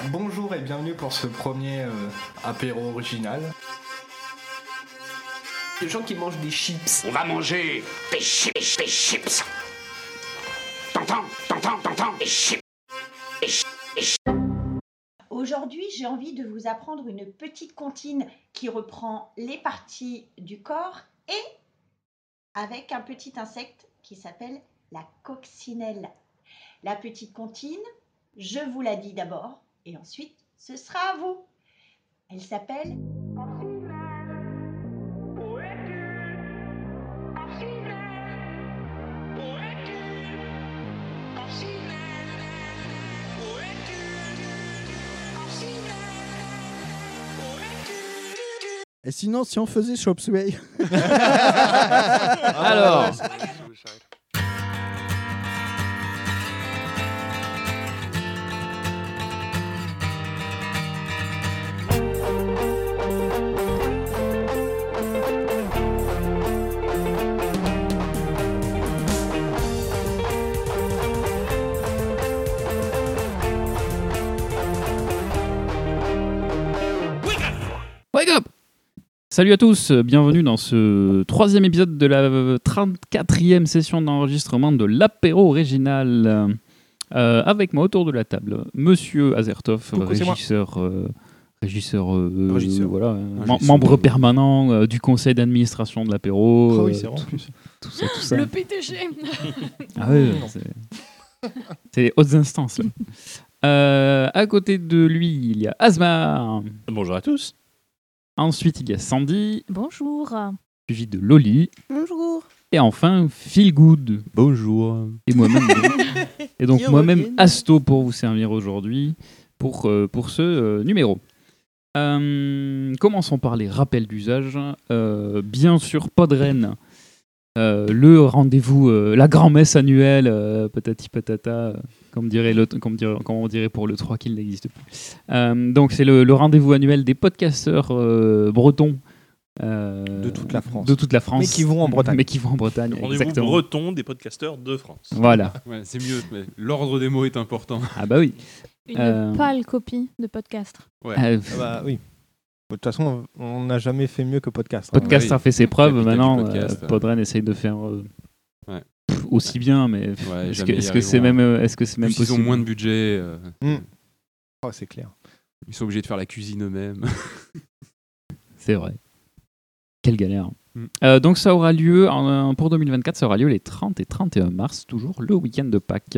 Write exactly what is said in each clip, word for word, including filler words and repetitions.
Bonjour et bienvenue pour ce premier euh, apéro original. Les gens qui mangent des chips. On va manger des chips, des chips. T'entends, t'entends, t'entends, des chips. Des chips, des chips. Aujourd'hui, j'ai envie de vous apprendre une petite comptine qui reprend les parties du corps et avec un petit insecte qui s'appelle la coccinelle. La petite comptine, je vous la dis d'abord et ensuite ce sera à vous. Elle s'appelle Et sinon, si on faisait Chop Suey. Alors. Wake up! Salut à tous, bienvenue dans ce troisième épisode de la trente-quatrième session d'enregistrement de l'apéro original. Euh, avec moi autour de la table, Monsieur Azertov, Coucou, régisseur, euh, régisseur, euh, Régisseur. voilà, Régisseur. mem- membre permanent euh, du conseil d'administration de l'apéro. Ah oui, euh, c'est vrai. tout, tout ça, tout ça. Le P D G. Ah oui, c'est... c'est les hautes instances. Là. Euh, à côté de lui, il y a Asmar. Bonjour à tous. Ensuite, il y a Sandy, Bonjour. suivi de Loli. Bonjour. Et enfin, Feel Good. Bonjour. Et moi-même. et donc Qui moi-même, reviennent. Asto, pour vous servir aujourd'hui pour, euh, pour ce euh, numéro. Euh, commençons par les rappels d'usage. Euh, bien sûr, Podren. Euh, le rendez-vous, euh, la grand-messe annuelle, euh, patati patata, euh, comme, dirait le, comme, dirait, comme on dirait pour le trois qu'il n'existe plus. Euh, donc c'est le, le rendez-vous annuel des podcasteurs euh, bretons. Euh, De toute la France. De toute la France. Mais qui vont en Bretagne. Mais qui vont en Bretagne, Le rendez-vous exactement. breton des podcasteurs de France. Voilà. Ouais, c'est mieux, mais l'ordre des mots est important. Ah bah oui. Une Euh, pâle copie de podcast. Ouais. Euh, Ah bah oui. De toute façon, on n'a jamais fait mieux que podcast. hein. Podcast oui. a fait ses preuves. Capitaine Maintenant, du podcast, euh, euh. Podren essaye de faire euh, Ouais. pff, aussi bien, mais pff, Ouais, est-ce jamais que y est-ce que c'est arriveront. même, euh, est-ce que c'est même Plus ils possible ont moins de budget, euh, Mm. Oh, c'est clair. ils sont obligés de faire la cuisine eux-mêmes. C'est vrai. Quelle galère. Mm. Euh, donc ça aura lieu en- pour deux mille vingt-quatre, ça aura lieu les trente et trente et un mars, toujours le week-end de Pâques.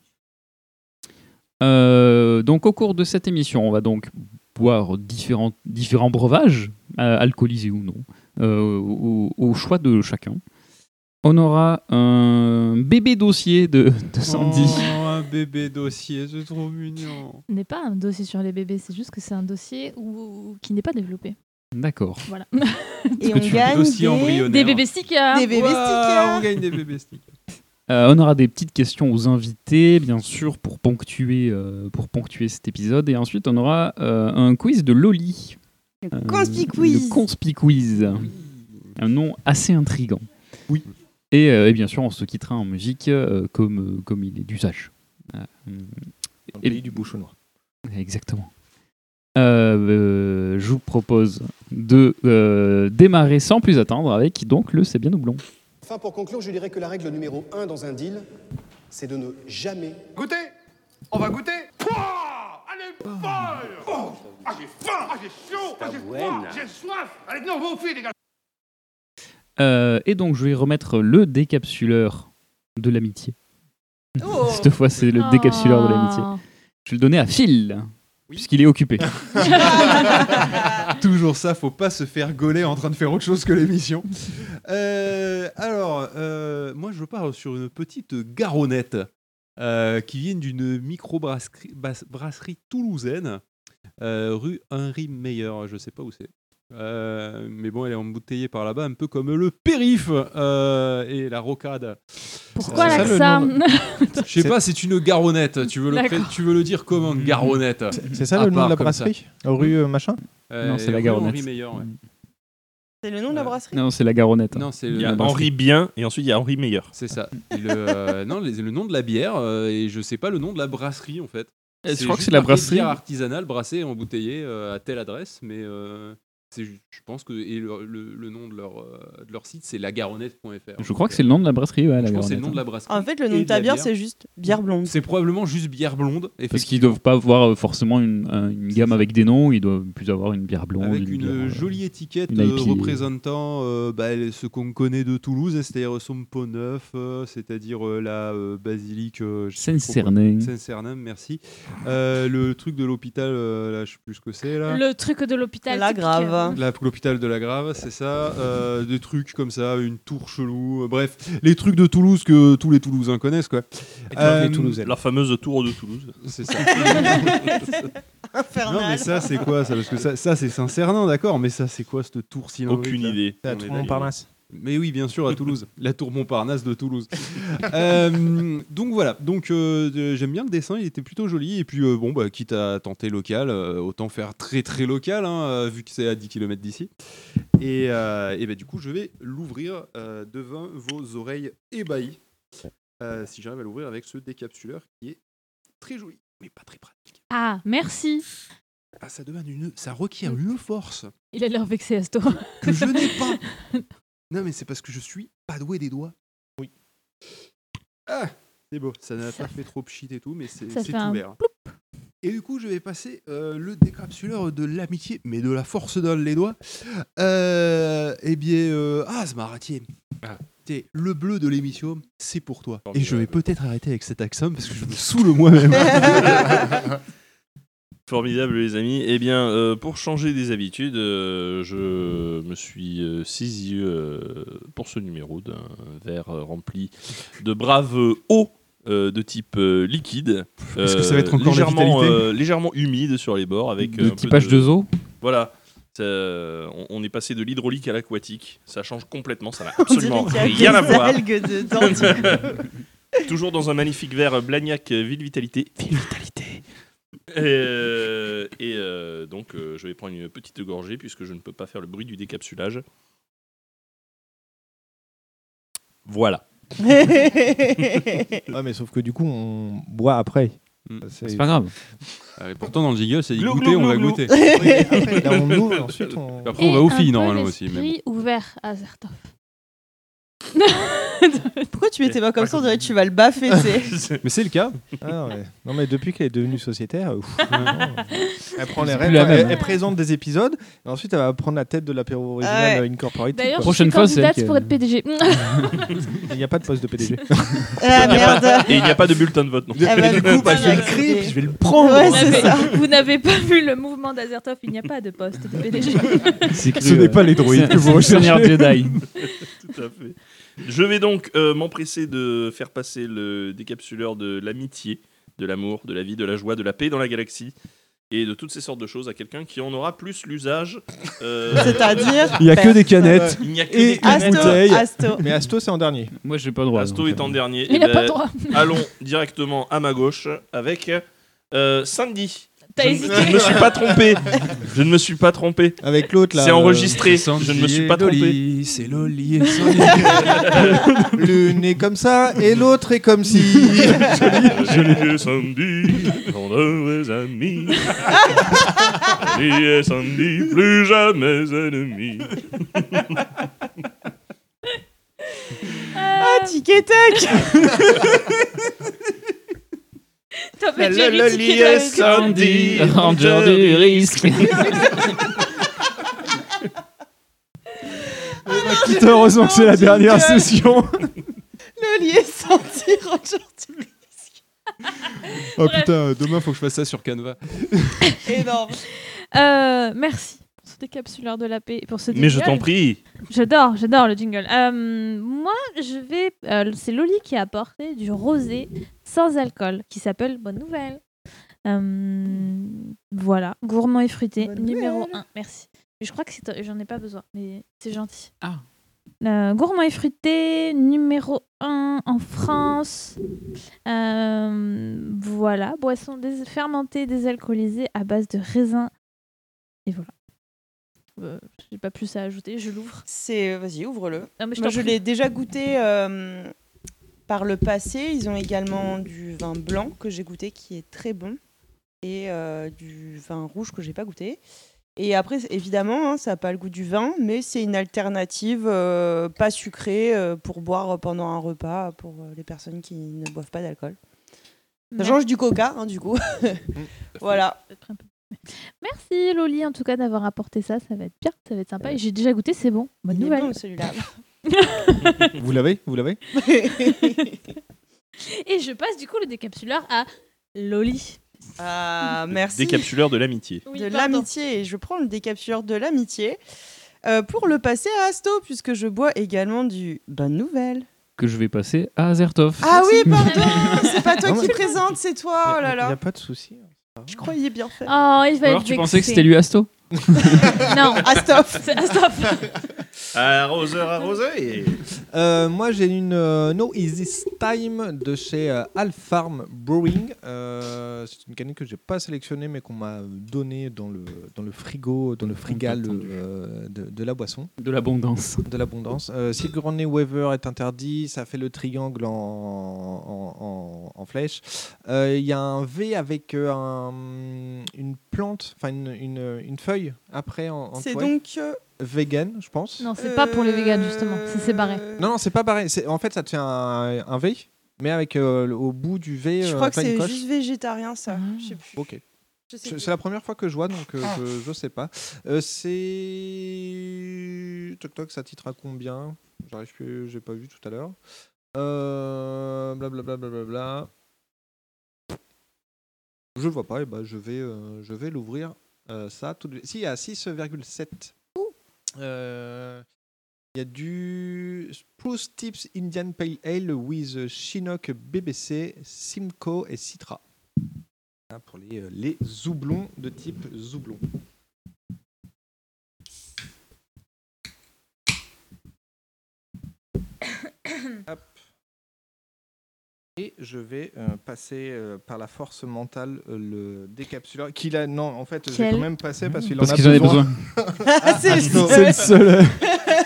Euh, donc au cours de cette émission, on va donc boire différents, différents breuvages, euh, alcoolisés ou non, euh, au, au choix de chacun. On aura un bébé dossier de, de Sandy. Oh, un bébé dossier, c'est trop mignon. Ce n'est pas un dossier sur les bébés, c'est juste que c'est un dossier où... qui n'est pas développé. D'accord. Voilà. Et que on tu- gagne Dossier des... embryonnaire. Des bébés stickers. Des bébés Waouh, stickers. on gagne des bébés stickers. Euh, on aura des petites questions aux invités, bien sûr, pour ponctuer, euh, pour ponctuer cet épisode. Et ensuite, on aura euh, un quiz de Loli. Le Euh, Conspi Quiz. Le Conspi Quiz. Un nom assez intriguant. Oui. Et, euh, et bien sûr, on se quittera en musique euh, comme, euh, comme il est d'usage. Euh, Dans le Et- pays du bouchon noir. Exactement. Euh, euh, je vous propose de euh, démarrer sans plus attendre avec donc le C'est bien ou blond. Enfin, pour conclure, je dirais que la règle numéro un dans un deal, c'est de ne jamais Goûtez. On va goûter. Pouah, allez, folle. Oh, ah, j'ai faim, ah, j'ai chaud, ah, j'ai froid, j'ai soif. Allez, non, vous filles, les gars. Euh, et donc, je vais remettre le décapsuleur de l'amitié. Oh. Cette fois, c'est le décapsuleur de l'amitié. Ah. Je vais le donner à Phil, puisqu'il est occupé. Toujours ça, faut pas se faire gauler en train de faire autre chose que l'émission. Euh, alors, euh, moi je pars sur une petite garonnette euh, qui vient d'une micro-brasserie brasserie toulousaine, euh, rue Henri Meyer, je sais pas où c'est. Euh, mais bon, elle est embouteillée par là-bas, un peu comme le périph euh, et la rocade. Pourquoi C'est ça, le l'accent? nom Je sais pas, c'est une garonnette. Tu veux le, D'accord. pré- tu veux le dire comment, une garonnette? C'est- C'est ça À le nom part de la comme ça. brasserie Rue euh, machin Euh, Non, c'est la rue garonnette. Henri Meyer, ouais. C'est le nom de la brasserie. Non, c'est la garonnette. Non, c'est Il le- y a la brasserie. Henri Bien et ensuite il y a Henri Meilleur. C'est ça. Et le, euh, non, les- le nom de la bière euh, et je sais pas le nom de la brasserie en fait. Je C'est crois que juste c'est la marqué brasserie. bière artisanale brassée et embouteillée euh, à telle adresse, mais euh, c'est, ju- je pense que et le, le- le nom de leur, euh, de leur site, c'est lagaronnette point f r. Je crois que c'est le nom de la brasserie, ouais, la Je pense que c'est le Garonette, nom de la hein. brasserie. En fait, le et nom de ta la bière, c'est juste bière blonde. C'est probablement juste bière blonde. Parce qu'ils doivent pas avoir euh, forcément une, euh, une gamme avec des noms, ils doivent plus avoir une bière blonde. Avec une bière, euh, jolie étiquette une euh, I P A. représentant euh, bah, les- ce qu'on connaît de Toulouse, c'est-à-dire son pot neuf, euh, c'est-à-dire euh, la euh, basilique. Euh, je sais plus trop quoi. Saint-Cernin. Saint-Cernin, merci. Euh, le truc de l'hôpital, euh, là, je sais plus ce que c'est là. Le truc de l'hôpital. La typique. Grave. La- L'hôpital de la Grave, c'est ça. Euh, des trucs comme ça, une tour chelou. euh, bref, les trucs de Toulouse que tous les Toulousains connaissent, quoi. Euh, La fameuse tour de Toulouse. C'est ça. Infernal. Non, mais ça, c'est quoi ça? Parce que ça, ça c'est Saint-Cernin, d'accord, mais ça, c'est quoi cette tour cylindrique? Aucune là idée. C'est la On tour est Montparnasse. Mais oui, bien sûr, à Toulouse. La tour Montparnasse de Toulouse. Euh, donc voilà, donc euh, euh, j'aime bien le dessin, il était plutôt joli. Et puis euh, bon, bah, quitte à tenter local, euh, autant faire très très local, hein, euh, vu que c'est à dix kilomètres d'ici. Et, euh, et bah, du coup, je vais l'ouvrir euh, devant vos oreilles ébahies. Euh, si j'arrive à l'ouvrir avec ce décapsuleur qui est très joli, mais pas très pratique. Ah, merci. Ah, ça demande une, ça requiert une force Il a l'air vexé, Asto. que je n'ai pas. Non, mais c'est parce que je suis pas doué des doigts. Oui. Ah, c'est beau. Ça n'a pas fait trop pchit et tout, mais c'est Ça c'est fait un ouvert. Et du coup, je vais passer euh, le décapsuleur de l'amitié, mais de la force dans les doigts. Euh, eh bien, euh, ah, Smaratier. Ah. T'es le bleu de l'émission, c'est pour toi. Et je vais peut-être arrêter avec cet accent parce que je me saoule moi-même. Formidable les amis. Eh bien, euh, pour changer des habitudes, euh, je me suis euh, saisi euh, pour ce numéro d'un verre euh, rempli de braves eau euh, de type euh, liquide, Est-ce que ça va être encore la légèrement, vitalité euh, légèrement humide sur les bords avec De euh, un type peu H deux O. Voilà. Ça, on, on est passé de l'hydraulique à l'aquatique. Ça change complètement. Ça n'a On absolument dirait qu'il y a rien à des voir. algues dedans, du coup. Toujours dans un magnifique verre Blagnac Ville Vitalité. Ville Vitalité. Et, euh, et euh, donc, euh, je vais prendre une petite gorgée puisque je ne peux pas faire le bruit du décapsulage. Voilà. Ouais, mais sauf que du coup, on boit après. C'est pas grave. Ah, et pourtant, dans le jingle, c'est dit Glou, goûter, glou, on va glou, goûter. Oui, après, là, on ouvre, ensuite on. Après, on va aux filles, Et un peu normalement aussi. Mais bon. l'esprit ouvert à Zertov. Pourquoi tu mets tes mains comme ça? On dirait que tu vas le baffer, tu sais. Mais c'est le cas. Ah, non, mais... non, mais depuis qu'elle est devenue sociétaire, euh, ouf, vraiment, elle prend les C'est rênes, plus la elle, même. elle présente des épisodes, et ensuite elle va prendre la tête de l'apéro original Ah ouais. euh, Incorporated. D'ailleurs, quoi. Prochaine je suis fois, c'est candidate elle qui- pour être P D G. Il n'y a pas de poste de P D G. Ah merde. Et il n'y a pas de bulletin de vote non. Ah bah, du coup, bah, je vais Ah, le créer, écoutez. puis je vais le prendre. Ouais, Vous c'est n'avez- ça. Vous n'avez pas vu le mouvement d'Azertov, il n'y a pas de poste de P D G. C'est Ce n'est pas les droïdes que vous Seigneur recherchez. Jedi. Tout à fait. Je vais donc euh, m'empresser de faire passer le décapsuleur de l'amitié, de l'amour, de la vie, de la joie, de la paix dans la galaxie et de toutes ces sortes de choses à quelqu'un qui en aura plus l'usage. euh, C'est-à-dire. Il n'y a que des canettes. Il n'y a que Et des canettes. Asto, bouteilles. Asto. Mais Asto, c'est en dernier. Moi, j'ai pas le droit. Asto donc, est en euh, dernier. Il Eh n'a pas ben, le droit. allons directement à ma gauche avec euh, Sandy. T'as Je, ne- hésité. je ne me suis pas trompé. Je ne me suis pas trompé. Avec l'autre là. C'est euh, enregistré. Je ne me suis pas trompé. C'est Loli et Sandy. L'une est comme ça et l'autre est comme si. Sandy et Sandy sont de vrais amis. Sandy et Sandy, plus jamais ennemis. Ah, tic et tac. T'as fait La Jerry Loli Ticket et avec- Sandy, Ranger du risque. Heureusement que c'est la dernière Dieu. session. Le lié sentir aujourd'hui. Oh putain, demain faut que je fasse ça sur Canva. Énorme. Euh, merci pour ce décapsuleur de la paix. Pour ce Mais je jingle. t'en prie. J'adore, j'adore le jingle. Euh, moi, je vais. euh, c'est Loli qui a apporté du rosé sans alcool qui s'appelle Bonne Nouvelle. Euh, voilà, gourmand et fruité, Bonne numéro nouvelle. un. Merci. Mais je crois que c'est- j'en ai pas besoin, mais c'est gentil. Ah. Euh, gourmand et fruité, numéro un en France. Euh, voilà, boisson dés- fermentée, désalcoolisée à base de raisin. Et voilà. Euh, J'ai pas plus à ajouter, je l'ouvre. C'est. Vas-y, ouvre-le. Non, mais je Moi, t'en je prie. l'ai déjà goûté euh, par le passé. Ils ont également du vin blanc que j'ai goûté qui est très bon. et euh, du vin rouge que j'ai pas goûté. Et après, évidemment, hein, ça n'a pas le goût du vin, mais c'est une alternative euh, pas sucrée euh, pour boire pendant un repas pour euh, les personnes qui ne boivent pas d'alcool. Ça Merci. change du coca, hein, du coup. Voilà. Merci Loli en tout cas d'avoir apporté ça, ça va être bien, ça va être sympa. Et j'ai déjà goûté, c'est bon. Bonne Il est nouvelle. bon, celui-là. Vous l'avez Vous l'avez Et je passe du coup le décapsuleur à Loli. Ah, merci. Décapsuleur de l'amitié. Oui, de pardon. l'amitié. Et je prends le décapsuleur de l'amitié euh, pour le passer à Asto, puisque je bois également du Bonne Nouvelle. Que je vais passer à Azertov. Ah oui, pardon, c'est pas toi Non, qui mais- présente, c'est toi. Oh là Il n'y a là. pas de souci. Je croyais bien faire. Oh, il va Alors être tu vexé. pensais que c'était lui Asto? Non, Astof. c'est Astop. Arroseur arrosé. Euh, moi, j'ai une euh, No Easy Time de chez euh, Alfarm Brewing. Euh, c'est une canette que j'ai pas sélectionnée, mais qu'on m'a donnée dans le dans le frigo, dans le frigal euh, de, de la boisson. De l'abondance. De l'abondance. Euh, Sigourney Weaver est interdit. Ça fait le triangle en en, en, en flèche. Euh, Il y a un V avec euh, un, une plante, enfin une, une, une feuille après en, en C'est toile. donc. euh, Vegan, je pense. Non, c'est pas pour les véganes justement, c'est séparé. Non, non, c'est pas pareil. C'est- En fait, ça te fait un, un V, mais avec euh, le- au bout du V. Je euh, crois que pas une c'est coche. juste végétarien, ça. Je sais plus. Ok. Je sais C'est plus. c'est la première fois que je vois, donc euh, Ah. je, je sais pas. Euh, c'est. Toc toc, ça titre à combien? J'arrive plus, j'ai pas vu tout à l'heure. Euh... Blablabla. Bla, bla, bla, bla. Je vois pas, et bah, je vais, euh, je vais l'ouvrir. Euh, ça, tout de... Si, à six virgule sept. Euh, Il y a du Spruce Tips Indian Pale Ale with Chinook B B C, Simcoe et Citra. Là, pour les, euh, les zoublons de type zoublon. Hop. Et je vais euh, passer euh, par la force mentale euh, le décapsuleur. Qu'il a... Non, en fait, je vais Quel quand même passer parce qu'il Parce en a qu'ils en avaient besoin. Ah, c'est le Asto. seul. C'est le seul.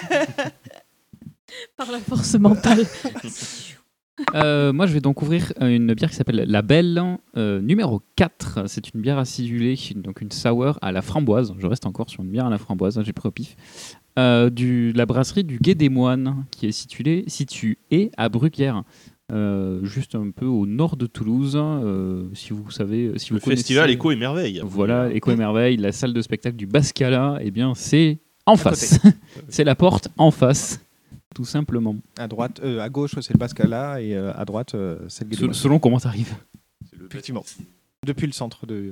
Par la force mentale. Euh, moi, je vais donc ouvrir euh, une bière qui s'appelle La Belle, euh, numéro quatre. C'est une bière acidulée, donc une sour à la framboise. Je reste encore sur une bière à la framboise, hein, j'ai pris au pif. Euh, du, de la brasserie du Gué des Moines, qui est située, située à Bruguière, euh, juste un peu au nord de Toulouse. Euh, si vous savez, si Le vous connaissez- festival Écho et Merveille. Voilà, Écho et Merveille, la salle de spectacle du Bascala, eh bien, c'est en face. C'est la porte en face. Tout simplement. À droite, euh, à gauche, c'est le Bascala et euh, à droite, euh, c'est le Gué des Se- Moines. selon comment t'arrives. Effectivement. Depuis le centre de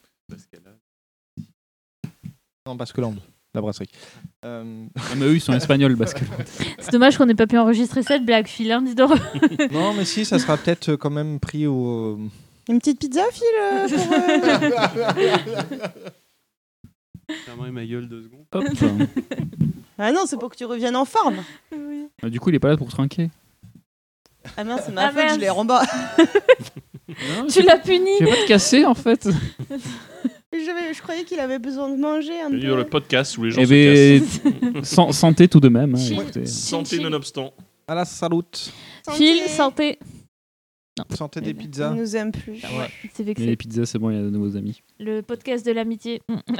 Non, Basqueland, la brasserie. Euh, Ah, mais eux, ils sont espagnols, Bascala. C'est dommage qu'on n'ait pas pu enregistrer cette blague, Phil, hein, dis donc. non, mais si, ça sera peut-être euh, quand même pris au. Une petite pizza, Phil euh, pour, euh, Fermez ma gueule deux secondes. Hop. Ah non, c'est pour que tu reviennes en forme. Ah, du coup, il est pas là pour trinquer. Ah mince, c'est ma Ah, faute, merde. je l'ai en bas. Non, Tu l'as puni. Je vais pas te casser, en fait. je, je croyais qu'il avait besoin de manger un Bienvenue dans peu. le podcast où les gens Eh se ben, cassent. san- santé tout de même. hein, Chine. écoutez. Santé nonobstant. À la salut. Phil, santé. Santé des pizzas. Il nous aime plus. Ouais, c'est Mais vexé. les pizzas, c'est bon, il y a de nouveaux amis. Le podcast de l'amitié.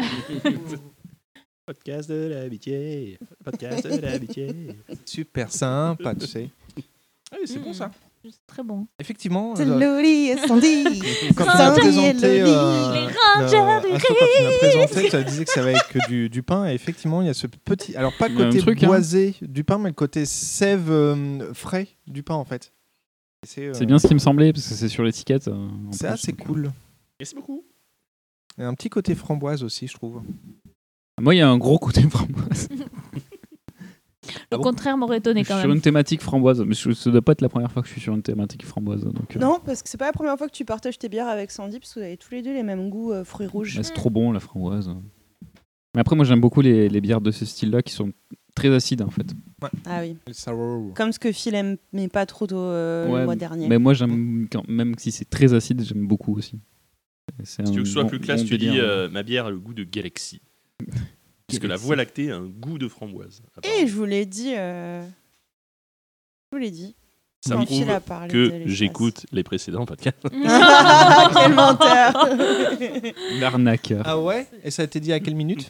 Podcast de l'amitié. Podcast de l'amitié. Super sympa, tu sais. Ah oui, c'est bon ça. C'est très bon. Effectivement. C'est euh, Loli et Sandy. Quand tu m'as Sandy et présenté, Loli. euh, Les le- Rangers du Asto, quand tu m'as présenté, ça disait que ça va avec que du, du pain. Et effectivement, il y a ce petit. Alors, pas le Il y a un côté truc, hein. boisé du pain, mais le côté sève euh, frais du pain, en fait. Et C'est euh, C'est bien ce qui me semblait, parce que c'est sur l'étiquette. euh, en c'est plus, assez donc, euh. cool. Merci beaucoup. Il y a un petit côté framboise aussi, je trouve. Moi, il y a un gros côté framboise. Le bon contraire m'aurait étonné Je suis quand sur même. une thématique framboise. Mais je- ça doit pas être la première fois que je suis sur une thématique framboise. Donc, euh, Non, parce que c'est pas la première fois que tu partages tes bières avec Sandy, parce que vous avez tous les deux les mêmes goûts euh, fruits rouges. bah, c'est trop bon, la framboise. Mais après, moi, j'aime beaucoup les, les bières de ce style-là qui sont très acides, en fait. Ah oui. Le sour. Comme ce que Phil aimait pas trop euh, Ouais, le mois dernier. Mais moi, j'aime, quand- même si c'est très acide, j'aime beaucoup aussi. C'est Si tu veux que ce soit bon- plus classe, bon tu dis délire. euh, ma bière a le goût de Galaxy. Parce que la voie lactée a un goût de framboise. Et je vous l'ai dit. euh, Je vous l'ai dit. Ça Quand il prouve a parlé de que l'espace. j'écoute les précédents podcasts. Quel menteur. L'arnaqueur. Ah ouais? Et ça a été dit à quelle minute?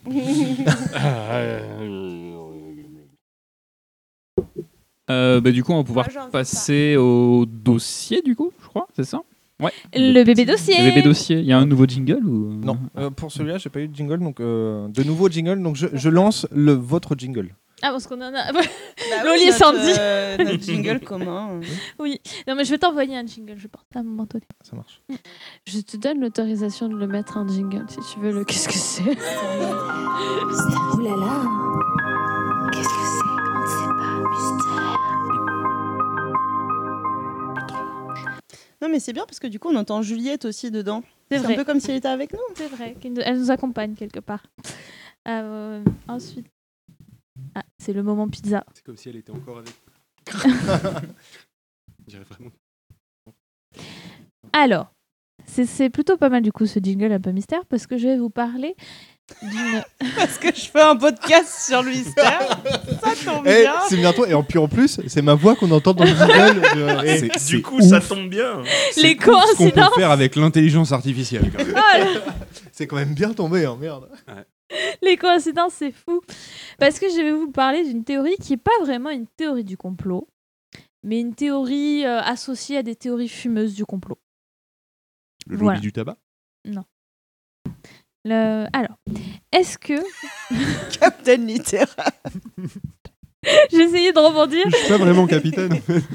Euh, bah, du coup, on va pouvoir Moi, j'en sais passer au dossier, du coup, je crois, c'est ça? Ouais. Le bébé dossier. Le bébé dossier. Il y a un nouveau jingle ou... Non, euh, pour celui-là, j'ai pas eu de jingle, donc euh, de nouveaux jingles. Donc je, je lance le votre jingle. Ah, parce qu'on en a. Bah Loli oui, et notre, Sandy. euh, notre jingle commun. Oui. Non, mais je vais t'envoyer un jingle, je porte à un moment donné. Ça marche. Je te donne l'autorisation de le mettre en jingle si tu veux le. Qu'est-ce que c'est? Ouh là là. Qu'est-ce que c'est? On ne sait pas. Mystère. Non, mais c'est bien parce que du coup, on entend Juliette aussi dedans. C'est C'est vrai. un peu comme si elle était avec nous. C'est vrai. qu'elle nous- Elle nous accompagne quelque part. Euh, ensuite. Ah, c'est le moment pizza. C'est comme si elle était encore avec. Je dirais vraiment. Alors, c'est c'est plutôt pas mal du coup ce jingle un peu mystère parce que je vais vous parler d'une. Parce que je fais un podcast sur le mystère. Ça tombe Eh, bien. c'est bientôt, et en plus, en plus, c'est ma voix qu'on entend dans le jingle. euh, et C'est- Du c'est coup, ouf. ça tombe bien. Les Ce qu'on peut coïncidences. faire avec l'intelligence artificielle. Quand même. Ah, là. C'est quand même bien tombé, hein, merde. Les coïncidences, c'est fou. Parce que je vais vous parler d'une théorie qui n'est pas vraiment une théorie du complot, mais une théorie euh, associée à des théories fumeuses du complot. Le lobby Voilà. du tabac. Le... Alors, est-ce que. Captain littéral. J'ai essayé de rebondir. Je suis pas vraiment capitaine. en fait.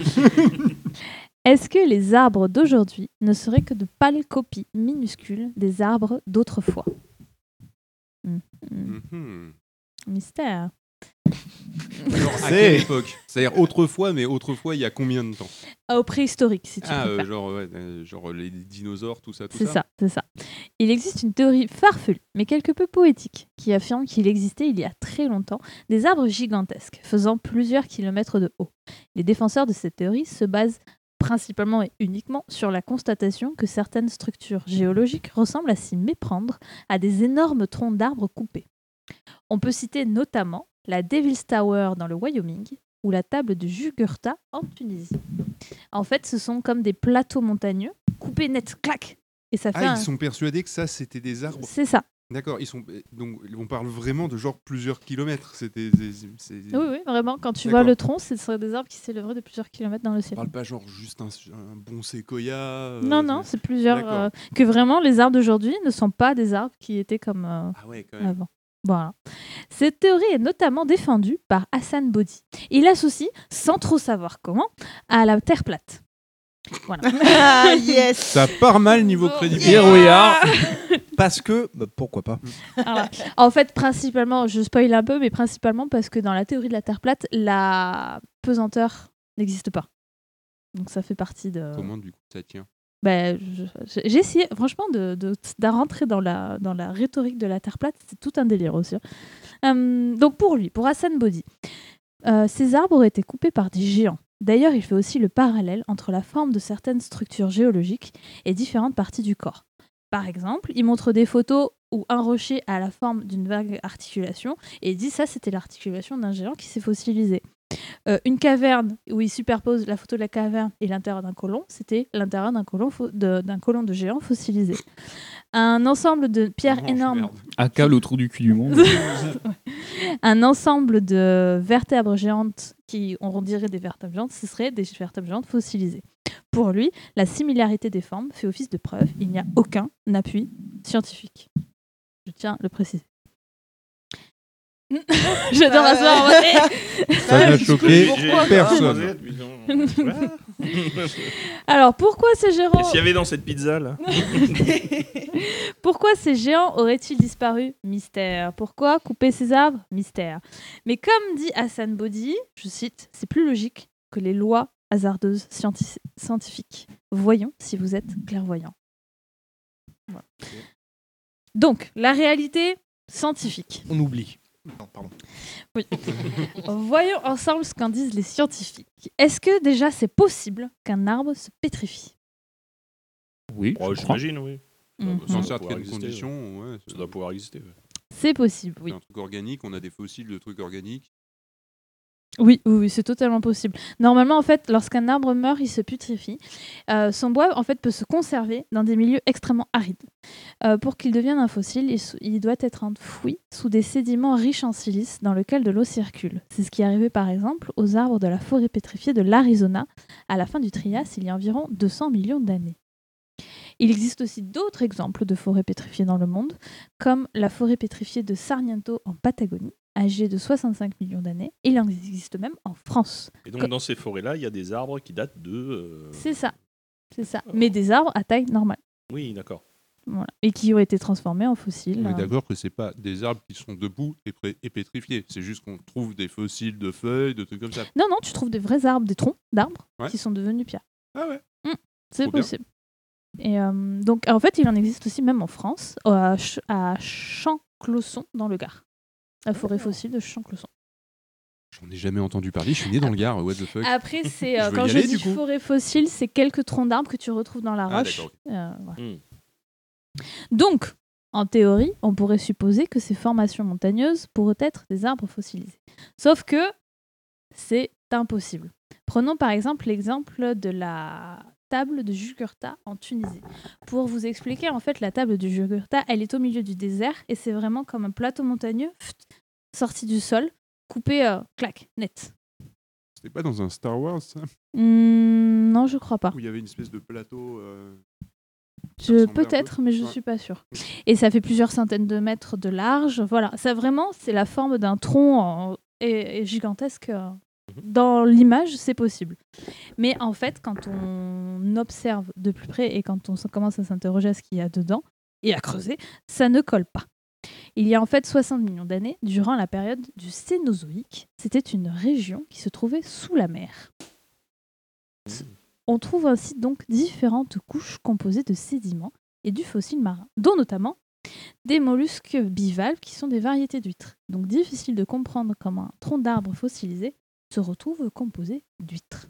Est-ce que les arbres d'aujourd'hui ne seraient que de pâles copies minuscules des arbres d'autrefois? Hmm, hmm. Mhm. Mystère. Alors, à C'est- quelle époque? C'est-à-dire autrefois, mais autrefois, il y a combien de temps? Ah, au préhistorique, si tu Ah, euh, préfères. genre, ouais, euh, genre les dinosaures, tout ça, tout C'est ça. ça, c'est ça. Il existe une théorie farfelue, mais quelque peu poétique, qui affirme qu'il existait il y a très longtemps des arbres gigantesques, faisant plusieurs kilomètres de haut. Les défenseurs de cette théorie se basent principalement et uniquement sur la constatation que certaines structures géologiques ressemblent à s'y méprendre à des énormes troncs d'arbres coupés. On peut citer notamment la Devil's Tower dans le Wyoming ou la table de Jugurtha en Tunisie. En fait, ce sont comme des plateaux montagneux coupés net, clac, et ça fait Ah, un... ils sont persuadés que ça, c'était des arbres. C'est ça. D'accord, ils sont donc on parle vraiment de genre plusieurs kilomètres. C'était. c'est- c'est- Oui, oui, vraiment. Quand tu D'accord. vois le tronc, ce seraient des arbres qui s'élèveraient de plusieurs kilomètres dans le On ciel. parle pas genre juste un, un bon séquoia. euh, Non, non, c'est plusieurs. D'accord. euh, que vraiment, les arbres d'aujourd'hui ne sont pas des arbres qui étaient comme euh, Ah ouais, quand même. avant. Voilà. Cette théorie est notamment défendue par Hassan Bodi. Il l'associe, sans trop savoir comment, à la Terre plate. Voilà. Ah, yes. Ça part mal niveau Oh, crédibilité. Here we are. Parce que, bah, pourquoi pas. Voilà. En fait, principalement, je spoil un peu, mais principalement parce que dans la théorie de la Terre plate, la pesanteur n'existe pas. Donc ça fait partie de... Comment du coup ça tient? Ben, je- je- j'ai essayé, franchement, de, de, de rentrer dans la, dans la rhétorique de la Terre plate. C'est tout un délire aussi. Euh, donc pour lui, pour Hassan Bodi, euh, ces arbres auraient été coupés par des géants. D'ailleurs, il fait aussi le parallèle entre la forme de certaines structures géologiques et différentes parties du corps. Par exemple, il montre des photos où un rocher a la forme d'une vague articulation et il dit ça, c'était l'articulation d'un géant qui s'est fossilisé. Euh, une caverne où il superpose la photo de la caverne et l'intérieur d'un côlon, c'était l'intérieur d'un côlon, fo- de, d'un côlon de géant fossilisé. Un ensemble de pierres Oh, énormes. merde. Aka, le trou du cul du monde. Un ensemble de vertèbres géantes qui, on dirait des vertèbres géantes, ce seraient des vertèbres géantes fossilisées. Pour lui, la similarité des formes fait office de preuve. Il n'y a aucun appui scientifique. Je tiens à le préciser. J'adore Euh, asseoir en mode, eh. Ça n'a choqué Pourquoi personne. Alors, pourquoi ces géants... Qu'est-ce qu'il y avait dans cette pizza là? Pourquoi ces géants auraient-ils disparu? Mystère. Pourquoi couper ces arbres? Mystère. Mais comme dit Hassan Bodi, je cite, c'est plus logique que les lois hasardeuses scienti- scientifiques. Voyons si vous êtes clairvoyant. Voilà. Donc, la réalité scientifique. On oublie. Non, pardon. Oui. Voyons ensemble ce qu'en disent les scientifiques. Est-ce que déjà c'est possible qu'un arbre se pétrifie? Oui, Oh, je crois. J'imagine, oui. Mhm. Dans Ça doit certaines pouvoir exister, conditions, ouais, Ça doit pouvoir exister. ouais. C'est possible, oui. c'est un truc organique. On a des fossiles de trucs organiques. Oui, oui, oui, c'est totalement possible. Normalement, en fait, lorsqu'un arbre meurt, il se putrefie. Euh, son bois, en fait, peut se conserver dans des milieux extrêmement arides. Euh, pour qu'il devienne un fossile, il, sou- il doit être enfoui sous des sédiments riches en silice dans lesquels de l'eau circule. C'est ce qui est arrivé, par exemple, aux arbres de la forêt pétrifiée de l'Arizona à la fin du Trias, il y a environ deux cents millions d'années. Il existe aussi d'autres exemples de forêts pétrifiées dans le monde, comme la forêt pétrifiée de Sarmiento en Patagonie, âgée de soixante-cinq millions d'années. Il en existe même en France. Et donc, Co- dans ces forêts-là, il y a des arbres qui datent de. euh, C'est ça, c'est ça. Mais des arbres à taille normale. Oui, d'accord. Voilà. Et qui ont été transformés en fossiles. On est euh. d'accord que c'est pas des arbres qui sont debout et, pré- et pétrifiés. C'est juste qu'on trouve des fossiles de feuilles, de trucs comme ça. Non, non, tu trouves des vrais arbres, des troncs d'arbres Ouais. qui sont devenus pierres. Ah ouais. Mm, c'est Trop bien. possible. Et euh, donc, en fait, il en existe aussi même en France, à, Ch- à Champclausson, dans le Gard. La forêt fossile de Champclausson. J'en ai jamais entendu parler. Je suis né dans le Gard. What the fuck. Après, c'est Je euh, veux quand y je aller, dis du coup. forêt fossile, c'est quelques troncs d'arbres que tu retrouves dans la Ah, roche. d'accord, Euh, voilà. Hmm. Donc, en théorie, on pourrait supposer que ces formations montagneuses pourraient être des arbres fossilisés. Sauf que c'est impossible. Prenons par exemple l'exemple de la table de Jugurtha en Tunisie. Pour vous expliquer, en fait, la table de Jugurtha, elle est au milieu du désert et c'est vraiment comme un plateau montagneux pft, sorti du sol, coupé, euh, clac, net. C'était pas dans un Star Wars, ça Hmm, non, je crois pas. Où il y avait une espèce de plateau. euh, qui Je- ressemblait un Peut-être, peu mais je Ouais. suis pas sûre. Et ça fait plusieurs centaines de mètres de large. Voilà, ça vraiment, c'est la forme d'un tronc en- et, et gigantesque. euh, Dans l'image, c'est possible. Mais en fait, quand on observe de plus près et quand on s- commence à s'interroger à ce qu'il y a dedans et à creuser, ça ne colle pas. Il y a en fait soixante millions d'années, durant la période du Cénozoïque, c'était une région qui se trouvait sous la mer. On trouve ainsi donc différentes couches composées de sédiments et du fossile marin, dont notamment des mollusques bivalves qui sont des variétés d'huîtres. Donc difficile de comprendre comment un tronc d'arbre fossilisé se retrouve composé d'huîtres.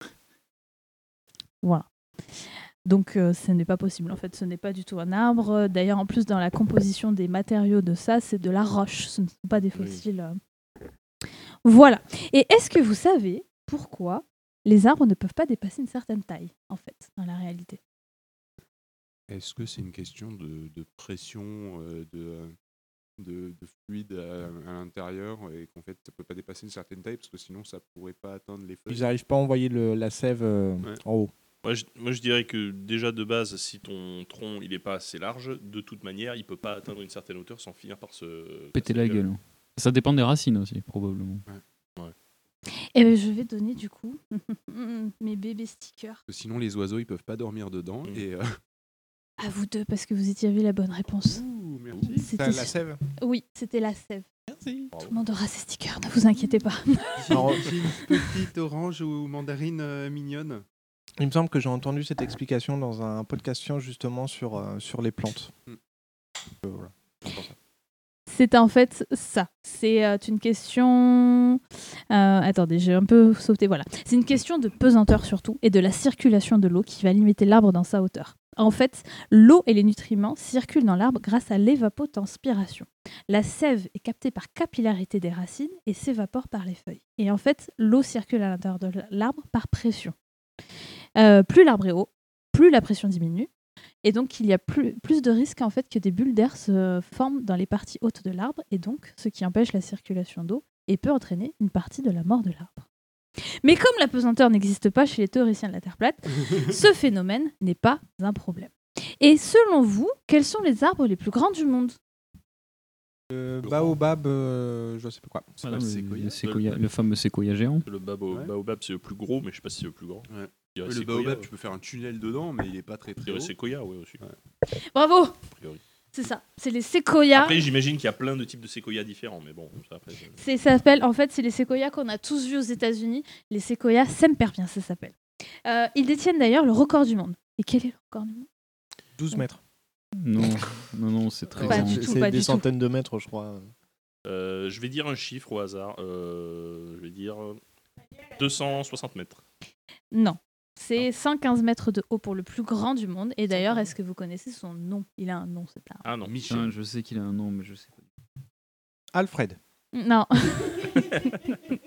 Voilà. Donc euh, ce n'est pas possible en fait, ce n'est pas du tout un arbre. D'ailleurs en plus dans la composition des matériaux de ça, c'est de la roche, ce ne sont pas des fossiles. euh. Voilà. Et est-ce que vous savez pourquoi les arbres ne peuvent pas dépasser une certaine taille en fait dans la réalité? Est-ce que c'est une question de, de pression, euh, de, euh, de, de fluide à, à l'intérieur et qu'en fait ça peut pas dépasser une certaine taille parce que sinon ça pourrait pas atteindre les feuilles? Ils n'arrivent pas à envoyer le- la sève euh, Ouais. en haut. Moi je, moi, je dirais que déjà de base, si ton tronc il est pas assez large, de toute manière, il peut pas atteindre une certaine hauteur sans finir par se Péter par la se gueule. Ça dépend des racines aussi, probablement. Et ben, je vais donner du coup mes bébés stickers Parce que sinon les oiseaux ils peuvent pas dormir dedans et euh, à vous deux parce que vous étiez vu la bonne réponse. Ouh, merci. C'était T'as la sève? Oui, c'était la sève. Merci. Tout le monde aura ses stickers, ne vous inquiétez pas. Alors, c'est une petite orange ou mandarine euh, mignonne. Il me semble que j'ai entendu cette explication dans un podcast science justement sur, euh, sur les plantes. Mm. Euh, voilà. C'est pour ça. C'est en fait ça. C'est euh, une question. Euh, attendez, j'ai un peu sauté. Voilà. C'est une question de pesanteur surtout et de la circulation de l'eau qui va limiter l'arbre dans sa hauteur. En fait, l'eau et les nutriments circulent dans l'arbre grâce à l'évapotranspiration. La sève est captée par capillarité des racines et s'évapore par les feuilles. Et en fait, l'eau circule à l'intérieur de l'arbre par pression. Euh, plus l'arbre est haut, plus la pression diminue. Et donc, il y a plus, plus de risques en fait, que des bulles d'air se forment dans les parties hautes de l'arbre, et donc ce qui empêche la circulation d'eau et peut entraîner une partie de la mort de l'arbre. Mais comme la pesanteur n'existe pas chez les théoriciens de la Terre plate, ce phénomène n'est pas un problème. Et selon vous, quels sont les arbres les plus grands du monde? Euh, baobab, euh, je sais pas quoi. C'est Ah pas non, le le, séquoia. le séquoia- le fameux séquoia géant. Le babo- Ouais. baobab, c'est le plus gros, mais je sais pas si c'est le plus grand. Ouais. Je dirais Ouais, le séquoia, baobab, ouais. tu peux faire un tunnel dedans, mais il est pas très Je très dirais haut. séquoia, ouais, aussi. Bravo! A priori. C'est ça, c'est les séquoias. Après, j'imagine qu'il y a plein de types de séquoias différents, mais bon, ça après. je- C'est, ça s'appelle, en fait, c'est les séquoias qu'on a tous vus aux États-Unis. Les séquoias semperviens, ça s'appelle. Euh, ils détiennent d'ailleurs le record du monde. Et quel est le record du monde? douze mètres. Non, non, non, c'est très Pas grand. du tout, C'est pas des du tout. centaines de mètres, je crois. Euh, je vais dire un chiffre au hasard. Euh, je vais dire euh, deux cent soixante mètres. Non. C'est cent quinze mètres de haut pour le plus grand du monde. Et d'ailleurs, est-ce que vous connaissez son nom? Il a un nom, cet arbre. Ah non, Putain, je sais qu'il a un nom, mais je sais pas. Alfred. Non.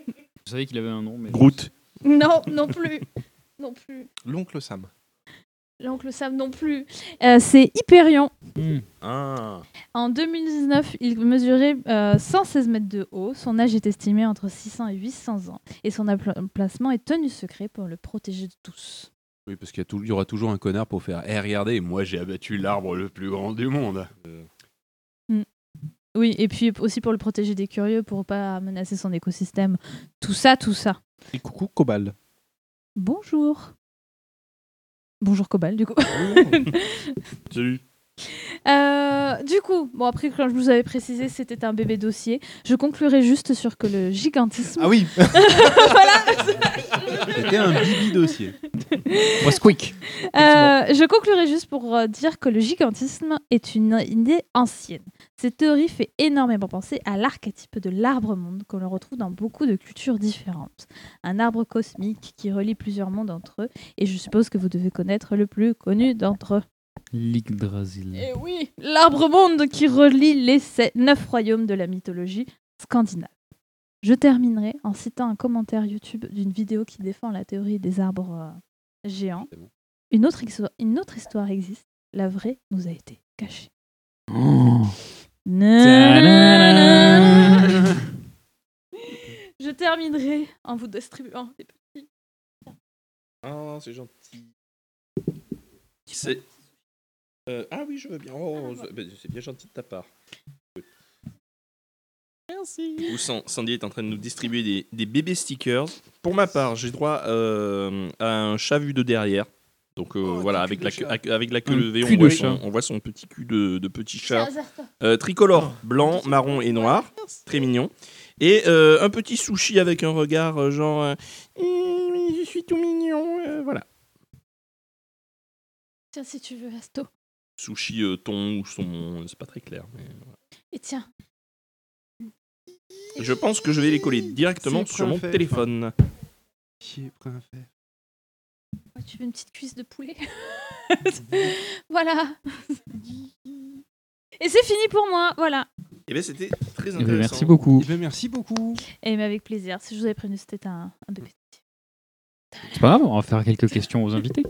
Je savais qu'il avait un nom, mais... Groot. Non, non plus. Non plus. L'oncle Sam. L'oncle Sam non plus. Euh, c'est Hyperion. Mm. Ah. En deux mille dix-neuf, il mesurait euh, cent seize mètres de haut. Son âge est estimé entre six cents et huit cents ans. Et son emplacement est tenu secret pour le protéger de tous. Oui, parce qu'il y, a tout- il y aura toujours un connard pour faire Eh, regardez, moi j'ai abattu l'arbre le plus grand du monde. Euh, Mm. Oui, et puis aussi pour le protéger des curieux, pour pas menacer son écosystème. Tout ça, tout ça. Et coucou Cobal. Bonjour. Bonjour Cobal, du coup. Salut. Euh, du coup, bon après quand je vous avais précisé c'était un bébé dossier, je conclurai juste sur que le gigantisme. Ah oui. Voilà. C'était un bibi dossier. Moi, squeak. Euh, je conclurai juste pour euh, dire que le gigantisme est une idée ancienne. Cette théorie fait énormément penser à l'archétype de l'arbre-monde que l'on retrouve dans beaucoup de cultures différentes. Un arbre cosmique qui relie plusieurs mondes entre eux, et je suppose que vous devez connaître le plus connu d'entre eux. L'Yggdrasil. Et oui, l'arbre-monde qui relie les sept, neuf royaumes de la mythologie scandinave. Je terminerai en citant un commentaire YouTube d'une vidéo qui défend la théorie des arbres euh, géants. Une autre, histo- une autre histoire existe. La vraie nous a été cachée. Oh. Nanana. Je terminerai en vous distribuant des petits. Ah, c'est gentil. C'est... Euh, ah oui, je veux bien. Oh, c'est- ben, c'est bien gentil de ta part. Merci. Du coup, San- Sandy est en train de nous distribuer des, des bébés stickers. Pour ma part, j'ai droit euh, à un chat vu de derrière. Donc euh, voilà, avec la, queue, avec- avec la queue Un levée, cul on de voit, chat. on, on voit son petit cul de, de petit chat. C'est un Euh, tricolore, blanc, marron et noir. Très mignon. Et euh, un petit sushi avec un regard euh, genre... euh, Hum, je suis tout mignon. euh, voilà. Tiens, si tu veux, Asto. Sushi euh, thon ou saumon, c'est pas très clair. Mais... voilà. Et tiens. Je pense que je vais les coller directement C'est sur mon parfait. téléphone. Chier, parfait. Ouais, tu veux une petite cuisse de poulet. Voilà. Et c'est fini pour moi, voilà. Et bien c'était très Eh ben, intéressant. merci beaucoup. Eh ben, merci beaucoup. Et mais avec plaisir. Si je vous avais prévenu, c'était un, un bébé. C'est pas grave, on va faire quelques questions aux invités.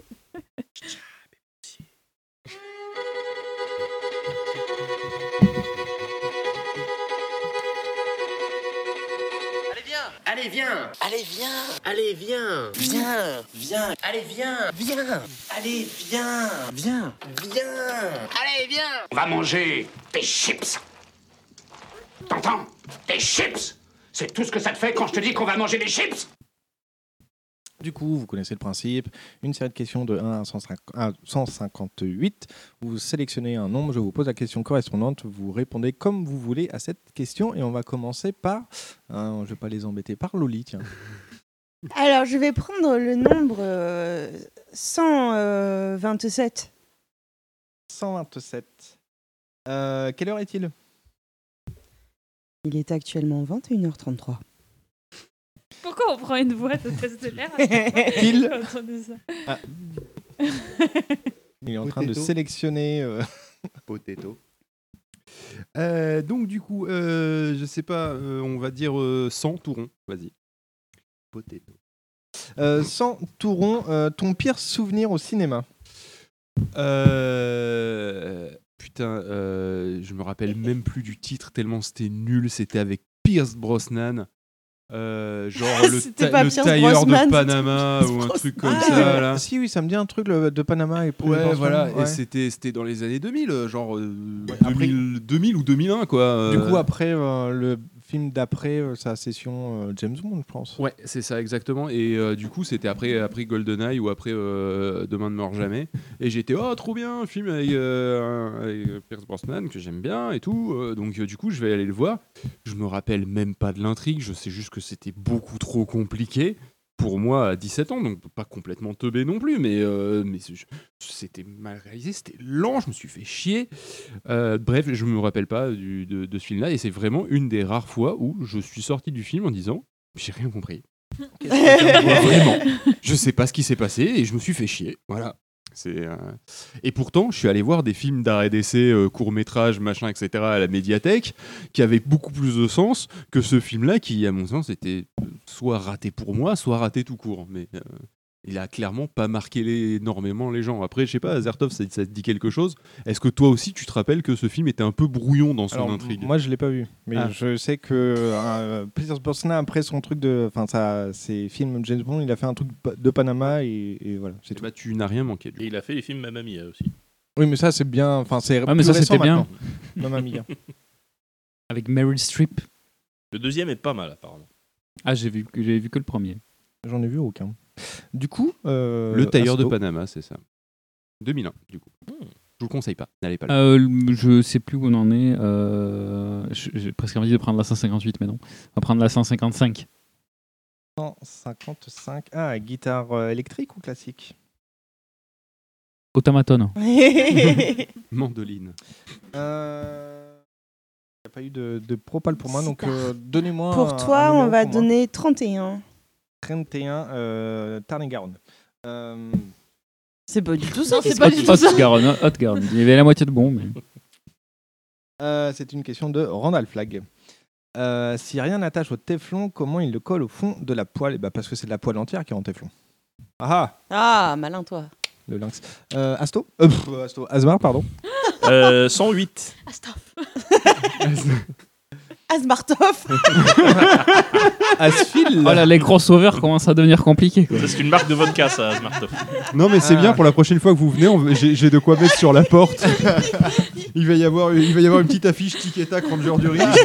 Allez, viens. Allez, viens. Allez, viens. Viens. Viens. Allez, viens. Viens. Allez, viens. Viens. Viens. Allez, viens. On va manger des chips. T'entends? Des chips. C'est tout ce que ça te fait quand je te dis qu'on va manger des chips? Du coup, vous connaissez le principe. Une série de questions de un à cent cinquante à cent cinquante-huit. Vous sélectionnez un nombre, je vous pose la question correspondante. Vous répondez comme vous voulez à cette question. Et on va commencer par... hein, je ne vais pas les embêter. Par Loli, tiens. Alors, je vais prendre le nombre euh, cent vingt-sept. cent vingt-sept. Euh, quelle heure est-il? Il est actuellement vingt et une heures trente-trois. Pourquoi on prend une voix de test de l'air Pile. quand on dit ça Ah. Il est en train de Potato. sélectionner... euh, Potato. Euh, donc du coup, euh, je sais pas, euh, on va dire euh, cent tout rond. Vas-y. Potato. euh, cent tout rond. euh, ton pire souvenir au cinéma? Euh, Putain, euh, je me rappelle même plus du titre tellement c'était nul. C'était avec Pierce Brosnan. Euh, genre le, C'était ta- pas le Pierce tailleur Brosnan, de Panama c'était ou un Pierce truc comme Ah, ça là. Si, oui, ça me dit un truc le- de Panama. Et plus Ouais, Brosnan, voilà, ouais. et c'était c'était dans les années deux mille, genre euh, après- deux mille, deux mille ou deux mille un quoi. Du euh. coup, après, euh, le film d'après, euh, sa session euh, James Bond, je pense. Ouais, c'est ça exactement. Et euh, du coup, c'était après, après GoldenEye ou après euh, Demain ne meurt jamais. Et j'étais oh trop bien, un film avec, euh, avec Pierce Brosnan que j'aime bien et tout. Euh, donc euh, du coup, je vais aller le voir. Je me rappelle même pas de l'intrigue. Je sais juste que c'était beaucoup trop compliqué pour moi à dix-sept ans, donc pas complètement teubé non plus, mais, euh, mais je- c'était mal réalisé, c'était lent, je me suis fait chier. Euh, bref, je me rappelle pas du- de, de ce film-là, et c'est vraiment une des rares fois où je suis sorti du film en disant j'ai rien compris. Vraiment, je sais pas ce qui s'est passé et je me suis fait chier. Voilà. C'est, euh, Et pourtant, je suis allé voir des films d'arrêt d'essai, euh, courts-métrages, machin, et cetera, à la médiathèque, qui avaient beaucoup plus de sens que ce film-là, qui, à mon sens, était soit raté pour moi, soit raté tout court. Mais euh, il a clairement pas marqué les... énormément les gens. Après, je sais pas, Azertov, ça, ça te dit quelque chose? Est-ce que toi aussi, tu te rappelles que ce film était un peu brouillon dans son Alors, intrigue? Moi, je l'ai pas vu, mais Ah. je sais que euh, Pierce Brosnan, après son truc de, enfin, ça, ses films James Bond, il a fait un truc de Panama et, et voilà, c'est tout. Bah, tu n'as rien manqué. Et il a fait les films Mamma Mia aussi. Oui, mais ça, c'est bien, enfin, c'est Ah, mais plus ça, récent c'était bien. maintenant. Mamma Mia. Avec Meryl Streep. Le deuxième est pas mal, apparemment. Ah, j'ai vu, j'ai vu que le premier. J'en ai vu aucun. Du coup, euh, Le tailleur de Asto. Panama, c'est ça. deux mille un, du coup. Hmm. Je vous le conseille pas. N'allez pas là. Euh, je sais plus où on en est. Euh, J'ai presque envie de prendre la cent cinquante-huit, mais non. On va prendre la cent cinquante-cinq. cent cinquante-cinq. Ah, guitare euh, électrique ou classique? Automaton. Mandoline. Euh... Il n'y a pas eu de, de propal pour moi, donc euh, donnez-moi. Pour un- toi, un on numéro va pour moi. donner trente et un. trente et un, euh, Tarn-et-Garonne. Euh, C'est pas du tout ça. Non, c'est qu'est-ce pas que du tu tout dis ça. Haute-Garonne, Haute-Garonne. Il y avait la moitié de bon, mais. euh, c'est une question de Randall Flagg. Euh, si rien n'attache au téflon, comment il le colle au fond de la poêle? Eh ben, parce que c'est de la poêle entière qui est en téflon. Ah Ah, malin toi. Le lynx. Euh, Asto euh, pff, Asto. Asmar, pardon. Euh, cent huit. Astaf. Asmartov. Asfil. Oh là, les crossovers commencent à devenir compliqués. Quoi. Ça, c'est une marque de vodka, ça, Smartov. Non, mais c'est Ah. bien, pour la prochaine fois que vous venez, on- j'ai j'ai de quoi mettre sur la porte. il, va y avoir, il va y avoir une petite affiche Tic et Tac, Ranger du risque.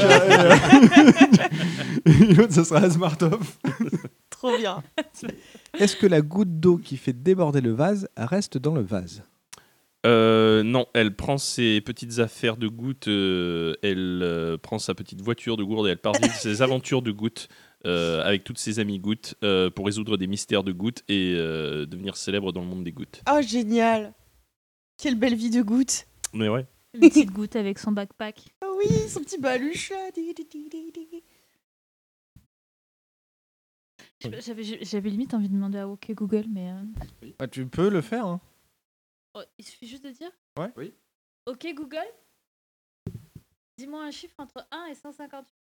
Et l'autre, ça sera Asmartov. Trop bien. Est-ce que la goutte d'eau qui fait déborder le vase reste dans le vase? Euh, non, elle prend ses petites affaires de gouttes, euh, elle euh, prend sa petite voiture de gourde et elle part vivre ses aventures de gouttes euh, avec toutes ses amies gouttes euh, pour résoudre des mystères de gouttes et euh, devenir célèbre dans le monde des gouttes. Oh, génial. Quelle belle vie de goutte. Mais ouais. Une petite goutte avec son backpack. Ah oui, son petit baluche là. Di, di, di, di, di. J'avais j'avais limite envie de demander à OK Google, mais. euh, Ah, tu peux le faire. Hein. oh, il suffit juste de dire Ouais. Oui. OK Google, dis-moi un chiffre entre un et cent cinquante-huit.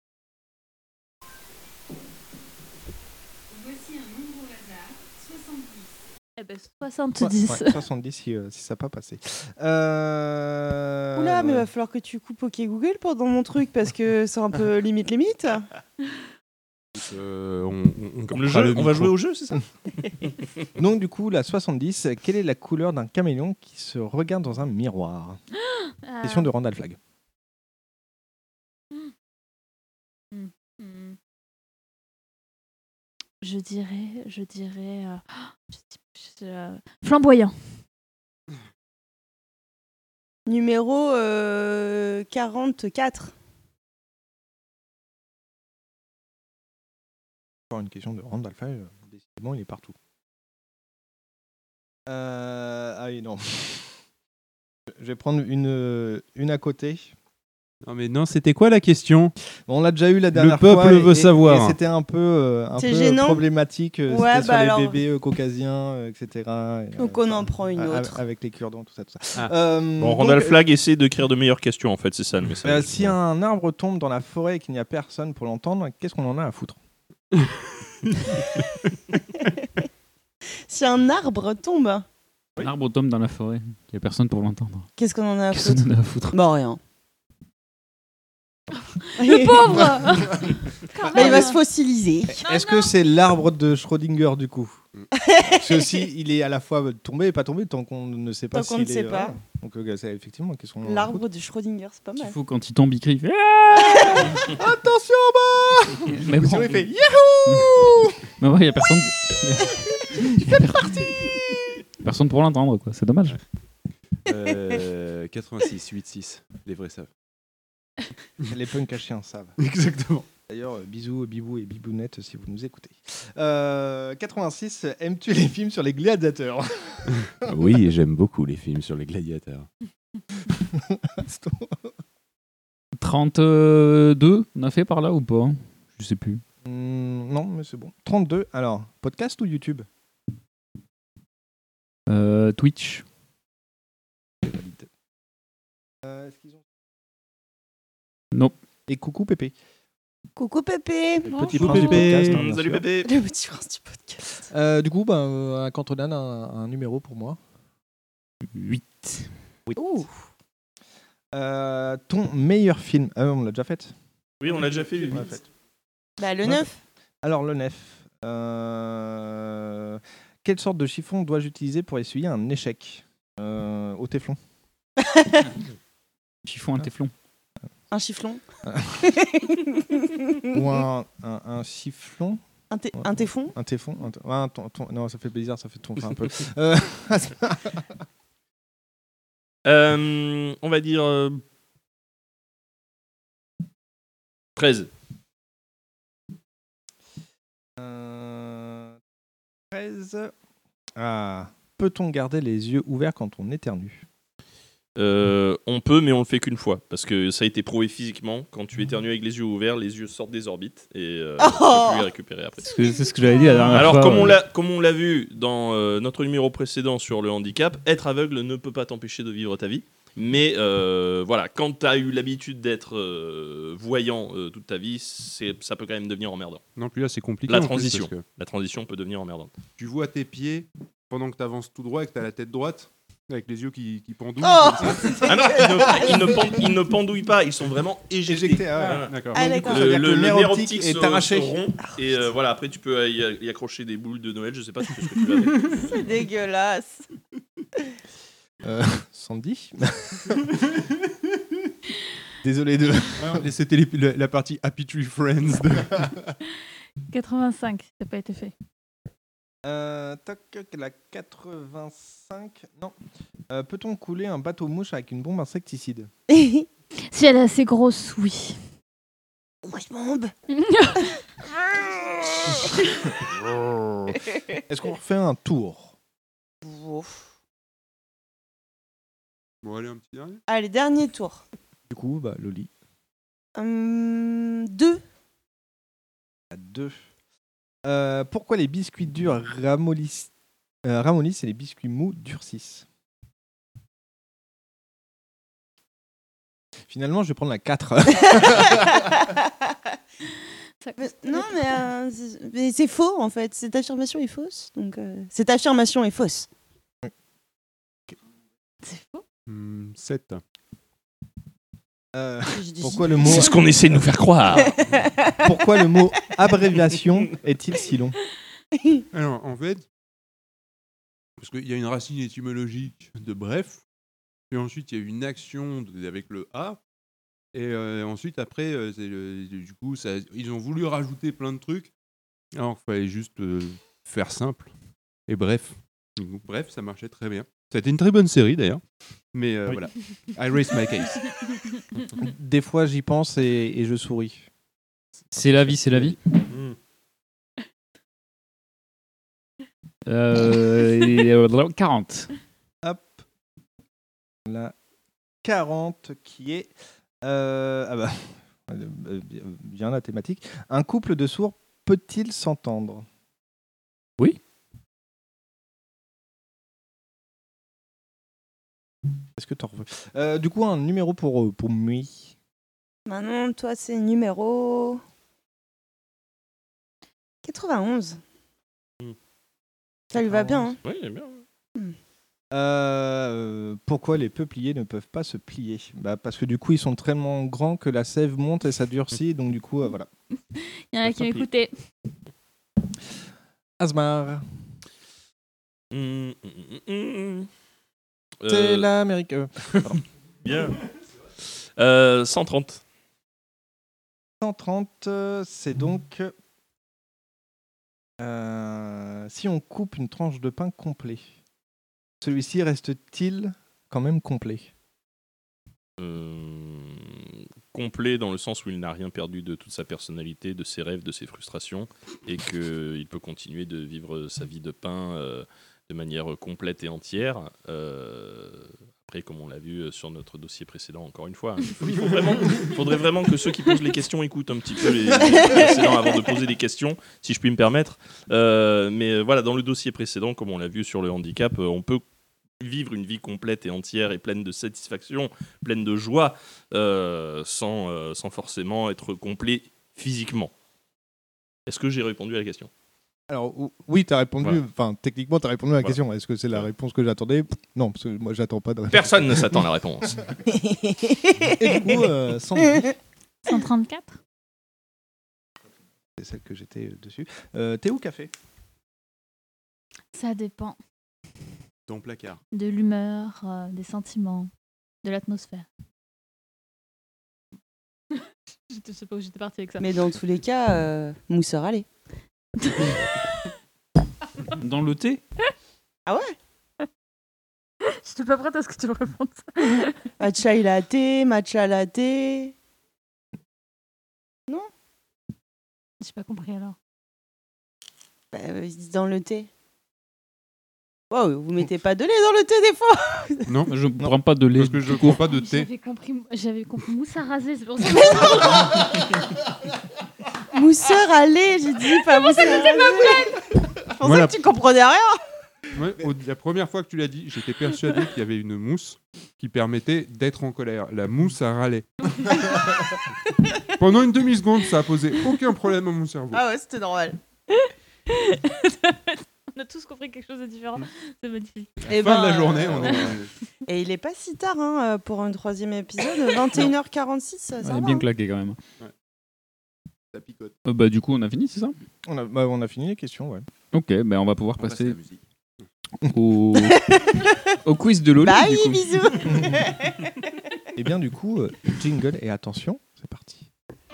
Voici un nombre au hasard, soixante-dix. Eh ben, soixante-dix. Ouais, soixante-dix si, euh, si ça n'a pas passé. Euh... Oula, mais va falloir que tu coupes OK Google pendant mon truc parce que c'est un peu limite limite. Euh, on, on, on Comme le coupera jeu, on va micro. jouer au jeu, c'est ça? Donc du coup, la soixante-dix, quelle est la couleur d'un caméléon qui se regarde dans un miroir? Ah. Question de Randall Flagg. Hmm, hmm. Je dirais, je dirais, euh, je dis- je- euh, flamboyant. Numéro euh, quarante-quatre. Encore une question de Randall Flagg. euh, Décidément, il est partout. Euh... Ah oui, non. Je vais prendre une, euh, une à côté. Non, mais non, c'était quoi la question? Bon, on l'a déjà eu la dernière Le fois. peuple et- veut et- savoir. Et c'était un peu, euh, un C'est peu gênant. problématique. euh, Ouais, c'était bah sur alors- les bébés euh, caucasiens, euh, et cetera. Et, Donc euh, on en prend une a- autre. Avec les cure-dents, tout ça. Tout ça. Ah. Euh, Bon, Randall donc, Flagg essaie d'écrire de meilleures questions, en fait, c'est ça le message. euh, si un arbre tombe dans la forêt et qu'il n'y a personne pour l'entendre, qu'est-ce qu'on en a à foutre? Si un arbre tombe, Un arbre tombe dans la forêt. Il n'y a personne pour l'entendre. qu'est-ce qu'on en a à Qu'est-ce qu'on foutre? en a à foutre? Bon, rien. Le pauvre. Quand Bah, il va même. se fossiliser. Est-ce que c'est l'arbre de Schrödinger du coup? Parce que si il est à la fois tombé et pas tombé tant qu'on ne sait pas Tant qu'on s'il ne sait est, pas. voilà. Donc euh, c'est effectivement qu'est-ce qu'on en a à L'arbre foutre. de Schrödinger, c'est pas Il mal. faut quand il tombe, il crie. il fait, Attention bas. Mais bon, Sinon, il fait Yahoo. mais ouais, il n'y a personne. C'est parti. Personne pour l'entendre, quoi. C'est dommage. Euh, quatre-vingt-six, huit six. Les vrais savent. Les punks à chiens savent. Exactement. D'ailleurs, euh, bisous, bibou et bibounette si vous nous écoutez. Euh, quatre-vingt-six, aimes-tu les films sur les gladiateurs? Oui, j'aime beaucoup les films sur les gladiateurs. trente-deux, on a fait par là ou pas? Je sais plus. Hmm, non, mais c'est bon. trente-deux, alors, podcast ou YouTube? Euh, Twitch. Euh, est-ce qu'ils ont- Non. Et coucou Pépé. Coucou Pépé. Le petit Coucou prince du Pépé. podcast. hein, bien Salut sûr. Pépé. Le petit prince du podcast. Euh, du coup, ben, euh, un cantonade, un, un numéro pour moi. huit. Ouh. Euh, ton meilleur film. Ah, on l'a déjà fait. Oui, on l'a déjà fait. On l'a huit. fait. Bah, le Ouais. neuf. Alors, le neuf. Euh, Quelle sorte de chiffon dois-je utiliser pour essuyer un échec euh, au téflon? Chiffon, un téflon. Un chifflon. Ou un, un, un sifflon? Un, té- un téfon. Un téfon un t- ouais, un ton- ton- Non, ça fait plaisir, ça fait tonfer un peu. Euh, Euh, on va dire euh, treize. euh, treize. Ah. Peut-on garder les yeux ouverts quand on éternue? Euh, on peut, mais on le fait qu'une fois. Parce que ça a été prouvé physiquement. Quand tu éternues avec les yeux ouverts, les yeux sortent des orbites. Et euh, Oh tu peux plus les récupérer après. C'est ce que, c'est ce que j'avais dit la dernière Alors, fois. comme, on ouais. l'a, comme on l'a vu dans euh, notre numéro précédent sur le handicap, être aveugle ne peut pas t'empêcher de vivre ta vie. Mais euh, voilà, quand tu as eu l'habitude d'être euh, voyant euh, toute ta vie, c'est, ça peut quand même devenir emmerdant. Non, plus là, c'est compliqué. La en plus, transition. parce que La transition peut devenir emmerdante. tu vois tes pieds pendant que tu avances tout droit et que tu as la tête droite, avec les yeux qui, qui pendouillent. Oh comme ça. Ah non, ils ne, ils ne pend- ils ne pendouillent pas, ils sont vraiment éjectés. Éjecté, ah ouais. Voilà. D'accord. Ah, Donc, du coup, d'accord. ça veut Le, dire que le- le le nerf nerf optique optique est se, arraché. se rompt et euh, voilà, après tu peux y, y accrocher des boules de Noël, je sais pas ce que ce que tu veux avec. C'est dégueulasse. Euh, Sandy. Désolé de. Ouais, et c'était les- la, la partie Happy Tree Friends. de- quatre-vingt-cinq, ça n'a pas été fait. Euh, toc, la quatre-vingt-cinq. Non. Euh, peut-on couler un bateau mouche avec une bombe insecticide? Si elle est assez grosse, oui. Grosse bombe. Est-ce qu'on refait un tour? Ouf. Bon, allez, un petit dernier. Allez, dernier tour. Du coup, bah, Loli. Hum, deux. À deux. Euh, pourquoi les biscuits durs ramollissent, euh, ramollissent et les biscuits mous durcissent? Finalement, je vais prendre la quatre. Mais- non, mais, euh, c'est- mais c'est faux en fait. Cette affirmation est fausse. Donc, euh, cette affirmation est fausse. C'est faux. Hmm, sept. Euh, J'ai dit- pourquoi le mot C'est ce qu'on essaie de nous faire croire. pourquoi le mot abréviation est-il si long? Alors, en fait, parce qu'il y a une racine étymologique de bref, et ensuite il y a une action de- avec le A, et euh, ensuite après, euh, c'est le- du coup, ça, ils ont voulu rajouter plein de trucs, alors qu'il fallait juste euh, faire simple, et bref. Donc, bref, ça marchait très bien. Ça a été une très bonne série d'ailleurs, mais euh, Oui. voilà. I raise my case. Des fois, j'y pense et, et je souris. C'est la vie, c'est la vie. Mm. Euh, et, euh, quarante. Hop. La quarante qui est... euh, ah bah, euh, bien la thématique. Un couple de sourds peut-il s'entendre? Oui. Est-ce que t'en veux euh, Du coup, un numéro pour, euh, pour Mui. Maintenant, toi, c'est numéro quatre-vingt-onze. Hmm. Ça lui va bien. Hein. Oui, j'aime bien. Euh, pourquoi les peupliers ne peuvent pas se plier? Bah, parce que du coup, ils sont tellement grands que la sève monte et ça durcit. Donc du coup, euh, voilà. Il y en a qui m'écoutaient. Asmar. Mm, mm, mm, mm. C'est Euh, l'Amérique. euh, pardon. Bien. Euh, cent trente. cent trente, euh, c'est donc... euh, si on coupe une tranche de pain complet, celui-ci reste-t-il quand même complet? Euh, complet dans le sens où il n'a rien perdu de toute sa personnalité, de ses rêves, de ses frustrations, et qu'il peut continuer de vivre sa vie de pain euh, de manière complète et entière. Euh, a Après, comme on l'a vu euh, sur notre dossier précédent, encore une fois, hein, il, faut, il faut vraiment, faudrait vraiment que ceux qui posent les questions écoutent un petit peu les, les précédents avant de poser des questions, si je puis me permettre. Euh, mais euh, voilà, dans le dossier précédent, comme on l'a vu sur le handicap, euh, on peut vivre une vie complète et entière et pleine de satisfaction, pleine de joie, euh, sans, euh, sans forcément être complet physiquement. Est-ce que j'ai répondu à la question ? Alors ou- oui, tu as répondu, Voilà. enfin techniquement tu as répondu à la Voilà. question. Est-ce que c'est la réponse que j'attendais ? Non, parce que moi j'attends pas de réponse. Personne ne s'attend à la réponse. Et du coup, euh, Sandy, cent trente-quatre. c'est celle que j'étais dessus. Euh, T'es où, café ? Ça dépend Ton placard. de l'humeur, euh, des sentiments, de l'atmosphère. Je sais pas où j'étais partie avec ça. Mais dans tous les cas, euh, mousseur allez. Dans le thé ? Ah ouais. J'étais pas prête à ce que tu me répondes. Matcha latte, matcha latte. Non. J'ai pas compris alors. Bah, euh, dans le thé. Wow, vous mettez pas de lait dans le thé des fois. Non, je ne prends pas de lait. Parce que je ne prends pas de thé. J'avais compris, j'avais compris mousse à raser, c'est pour ça. Mousseur à lait, j'ai dit pas Comment ça, mousseur à c'était ma lait. Je pensais Moi, la- que tu comprenais rien. Ouais, au- la première fois que tu l'as dit, j'étais persuadé qu'il y avait une mousse qui permettait d'être en colère. La mousse à râler. Pendant une demi-seconde, ça a posé aucun problème à mon cerveau. Ah ouais, c'était normal. On a tous compris quelque chose de différent. C'est magnifique. Et Fin de la ben, journée, euh, on est. Et il est pas si tard hein, pour un troisième épisode, vingt et une heures quarante-six. Ça On va, est bien hein. claqué quand même. Ça picote. Euh, bah, du coup, on a fini, c'est ça ? On a, bah, on a fini les questions, ouais. Ok, ben on va pouvoir On passe à passer la musique. au... au quiz de Loli. Bye, du coup. bisous. Et bien du coup, euh, jingle et attention, c'est parti.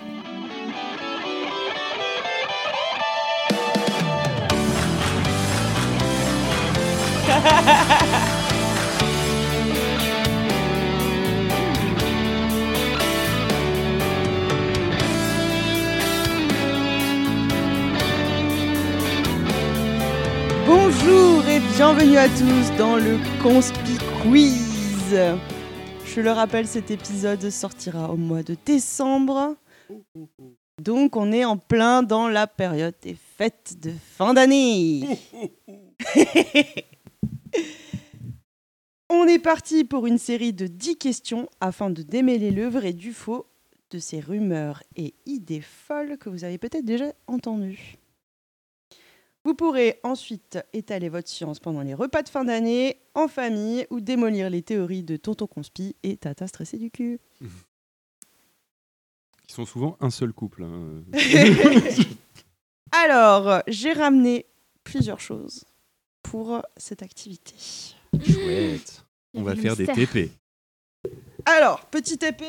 Bonjour et bienvenue à tous dans le Conspi Quiz. Je le rappelle, cet épisode sortira au mois de décembre. Donc on est en plein dans la période des fêtes de fin d'année. On est parti pour une série de dix questions afin de démêler le vrai du faux de ces rumeurs et idées folles que vous avez peut-être déjà entendues. Vous pourrez ensuite étaler votre science pendant les repas de fin d'année, en famille, ou démolir les théories de Tonton Conspi et Tata stressée du cul. Qui sont souvent un seul couple. hein. Alors, j'ai ramené plusieurs choses pour cette activité. Chouette. On va Le faire des mystère. T P. Alors, petit épée.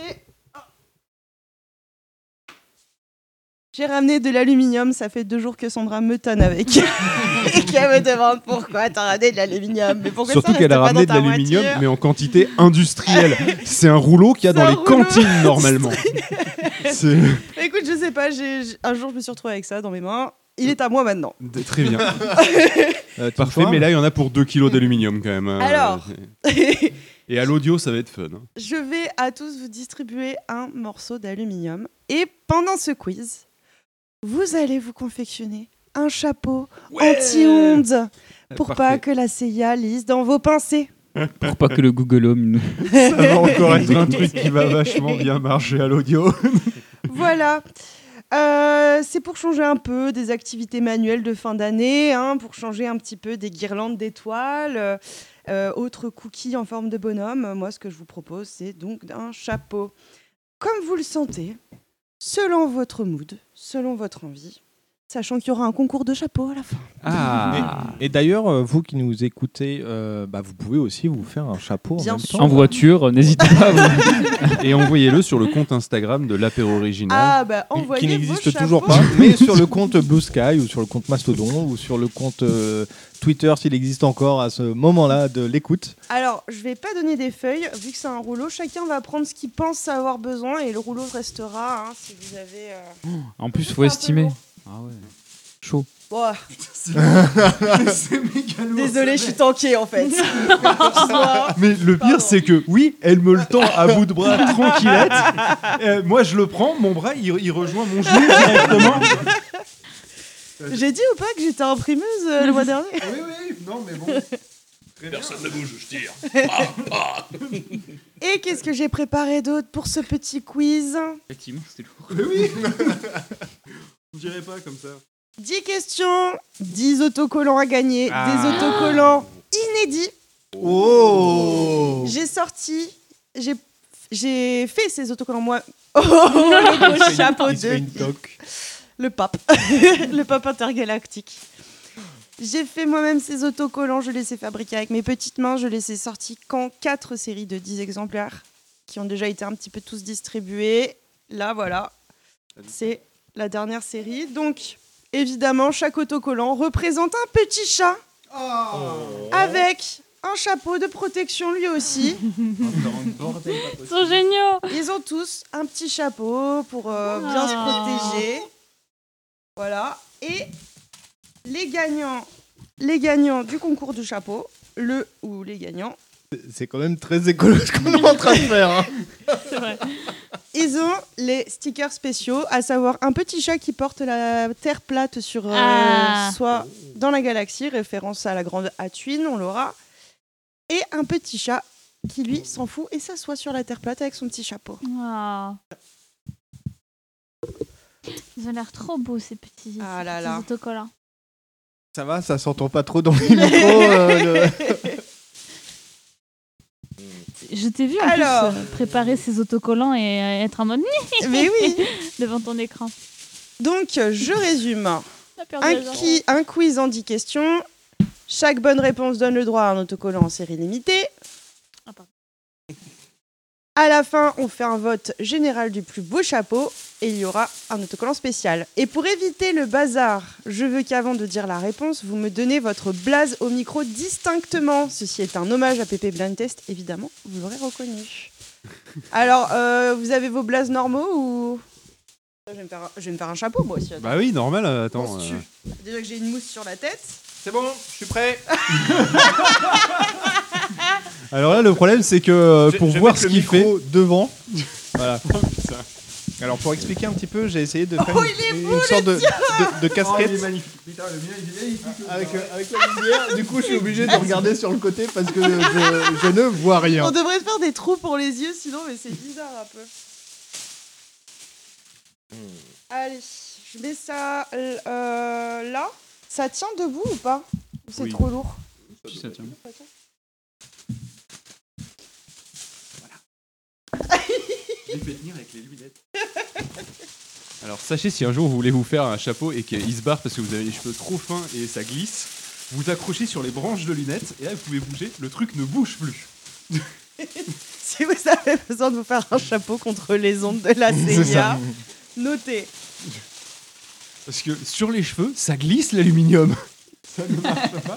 J'ai ramené de l'aluminium, ça fait deux jours que Sandra me tonne avec. Et qu'elle me demande pourquoi t'as ramené de l'aluminium. Mais pourquoi Surtout ça qu'elle a reste pas ramené de dans ta l'aluminium, voiture mais en quantité industrielle. C'est un rouleau qu'il y a C'est dans un les rouleau cantines normalement. C'est Écoute, je sais pas, j'ai- j'ai- un jour je me suis retrouvée avec ça dans mes mains. Il est à moi maintenant. D- très bien. Euh, Parfait, mais là il y en a pour deux kilos d'aluminium quand même. hein. Alors. Et à l'audio, ça va être fun. hein. Je vais à tous vous distribuer un morceau d'aluminium. Et pendant ce quiz, vous allez vous confectionner un chapeau anti-ondes pour Parfait. pas que la C I A lise dans vos pensées. Pour pas que le Google Home nous... Ça va encore être un truc qui va vachement bien marcher à l'audio. Voilà. Euh, c'est pour changer un peu des activités manuelles de fin d'année, hein, pour changer un petit peu des guirlandes d'étoiles, euh, euh, autres cookies en forme de bonhomme. Moi, ce que je vous propose, c'est donc un chapeau. Comme vous le sentez, selon votre mood, selon votre envie, sachant qu'il y aura un concours de chapeaux à la fin. Ah. Et, et d'ailleurs, euh, vous qui nous écoutez, euh, bah, vous pouvez aussi vous faire un chapeau Bien en même sûr. temps. En voiture, euh, n'hésitez pas. à vous- Et envoyez-le sur le compte Instagram de l'apéro original. Ah bah Qui- envoyez qui vos n'existe chapeaux. toujours pas, mais sur le compte Blue Sky ou sur le compte Mastodon ou sur le compte euh, Twitter s'il existe encore à ce moment-là de l'écoute. Alors, je vais pas donner des feuilles, vu que c'est un rouleau. Chacun va prendre ce qu'il pense avoir besoin et le rouleau restera, hein, si vous avez... euh, En plus, C'est faut un peu estimer. lourd. Ah ouais. Chaud. Ouah. C'est méga lourd. Désolée, je suis tankée en fait. Excuse-moi. Mais le pire, c'est que oui, elle me le tend à bout de bras tranquillette. Euh, moi, je le prends, mon bras, il, il rejoint mon genou directement. J'ai dit ou pas que j'étais imprimeuse euh, le mois dernier? Oui, oui, non, mais bon. Personne ne bouge, je tire. Et qu'est-ce que j'ai préparé d'autre pour ce petit quiz? Effectivement, c'était lourd. Mais oui. On dirait pas comme ça. dix questions, dix autocollants à gagner, Ah. des autocollants inédits. Oh. J'ai sorti, j'ai j'ai fait ces autocollants moi. Oh, le beau chapeau Il se fait de une toque. le pape, le pape intergalactique. J'ai fait moi-même ces autocollants, je les ai fabriqués avec mes petites mains, je les ai sortis qu'en quatre séries de dix exemplaires qui ont déjà été un petit peu tous distribués. Là, voilà, c'est la dernière série. Donc, évidemment, chaque autocollant représente un petit chat avec un chapeau de protection lui aussi. Ils sont géniaux. Ils ont tous un petit chapeau pour euh, bien se protéger. Voilà. Et les gagnants, les gagnants du concours du chapeau, le ou les gagnants, C'est quand même très écolo ce qu'on est en train de faire. Hein. C'est vrai. ils ont les stickers spéciaux, à savoir un petit chat qui porte la terre plate sur euh, Ah. soit dans la galaxie, référence à la grande Hatwin, on l'aura, et un petit chat qui lui s'en fout et s'assoit sur la terre plate avec son petit chapeau. Ah. Ils ont l'air trop beaux ces petits, Ah là ces là. autocollants. Ça va, ça s'entend pas trop dans les micros. euh, le- Je t'ai vu en Alors. plus euh, préparer ces autocollants et euh, être en mode Mais oui. devant ton écran. Donc, euh, je résume. La peur de Un, la jambe. qui- un quiz en dix questions. Chaque bonne réponse donne le droit à un autocollant en série limitée. Ah, pardon. À la fin, on fait un vote général du plus beau chapeau et il y aura un autocollant spécial. Et pour éviter le bazar, je veux qu'avant de dire la réponse, vous me donnez votre blaze au micro distinctement. Ceci est un hommage à Pépé Blind Test, évidemment, vous l'aurez reconnu. Alors, euh, vous avez vos blazes normaux ou... Je vais me faire un, je vais me faire un chapeau, moi aussi. attends. Bah oui, normal, euh, attends. On se tue. euh. Déjà que j'ai une mousse sur la tête. C'est bon, je suis prêt. Alors là, le problème, c'est que euh, Je- pour je vais voir mettre ce le qu'il fait. micro devant. Voilà. Alors pour expliquer un petit peu, j'ai essayé de faire Oh, une, il est une beau, sorte de, le tien de, de casquette. Oh, il est magnifique. Putain, le mien, il est magnifique. Avec, euh, avec la lumière, du coup je suis obligé de regarder sur le côté parce que je, je ne vois rien. On devrait se faire des trous pour les yeux, sinon, mais c'est bizarre un peu. Allez, je mets ça euh, là. Ça tient debout ou pas? Ou c'est Oui. trop lourd? Si ça tient. Je l'ai fait tenir avec les lunettes. Alors sachez, si un jour vous voulez vous faire un chapeau et qu'il se barre parce que vous avez les cheveux trop fins et ça glisse, vous accrochez sur les branches de lunettes et là vous pouvez bouger, le truc ne bouge plus. Si vous avez besoin de vous faire un chapeau contre les ondes de la C'est C I ça. A, notez. Parce que sur les cheveux, ça glisse l'aluminium. Ça ne marche pas.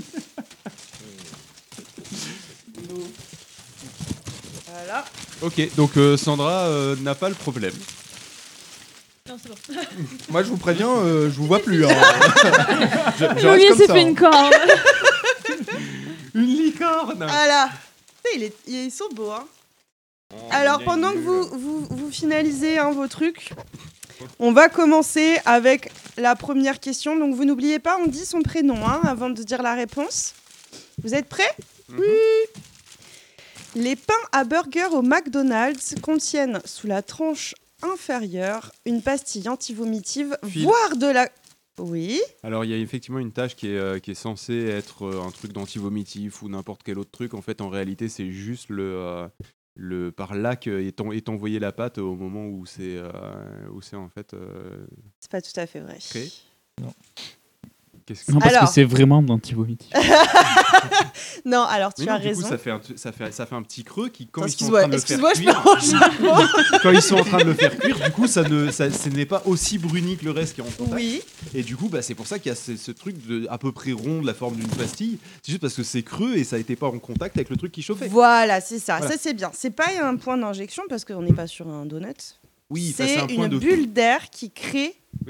Voilà. Ok, donc euh, Sandra euh, n'a pas le problème. Non, c'est bon. Moi je vous préviens, euh, je vous vois plus. Hein. je, je reste Louis comme s'est ça, fait hein. une corne. Une licorne. Voilà. Il est- Ils sont beaux, hein. Alors, pendant que vous, vous, vous finalisez hein, vos trucs, on va commencer avec la première question. Donc, vous n'oubliez pas, on dit son prénom hein, avant de dire la réponse. Vous êtes prêts? Oui. Les pains à burger au McDonald's contiennent sous la tranche inférieure une pastille antivomitive, Phil. voire de la... Oui. Alors il y a effectivement une tâche qui est, euh, qui est censée être euh, un truc d'antivomitif ou n'importe quel autre truc. En fait, en réalité, c'est juste le, euh, le par là que est, en- est envoyée la pâte au moment où c'est euh, où c'est en fait euh, C'est pas tout à fait vrai. créé. Non. Qu'est-ce que... Non, parce Alors. que c'est vraiment d'antivomitif. Non, alors tu Mais non, as du raison. coup, ça fait, un, ça, fait, ça fait un petit creux qui, quand Attends, ils sont en train de le excuse-moi, faire excuse-moi, cuire, je me range un peu. quand ils sont en train de le faire cuire, du coup, ça ne, ça, ce n'est pas aussi bruni que le reste qui est en contact. Oui. Et du coup, bah, c'est pour ça qu'il y a ce, ce truc de, à peu près rond de la forme d'une pastille. C'est juste parce que c'est creux et ça n'était pas en contact avec le truc qui chauffait. Voilà, c'est ça. Voilà. Ça, c'est bien. C'est pas un point d'injection parce qu'on n'est pas sur un donut. Oui, ça, c'est c'est un point une de bulle d'air qui crée Oui.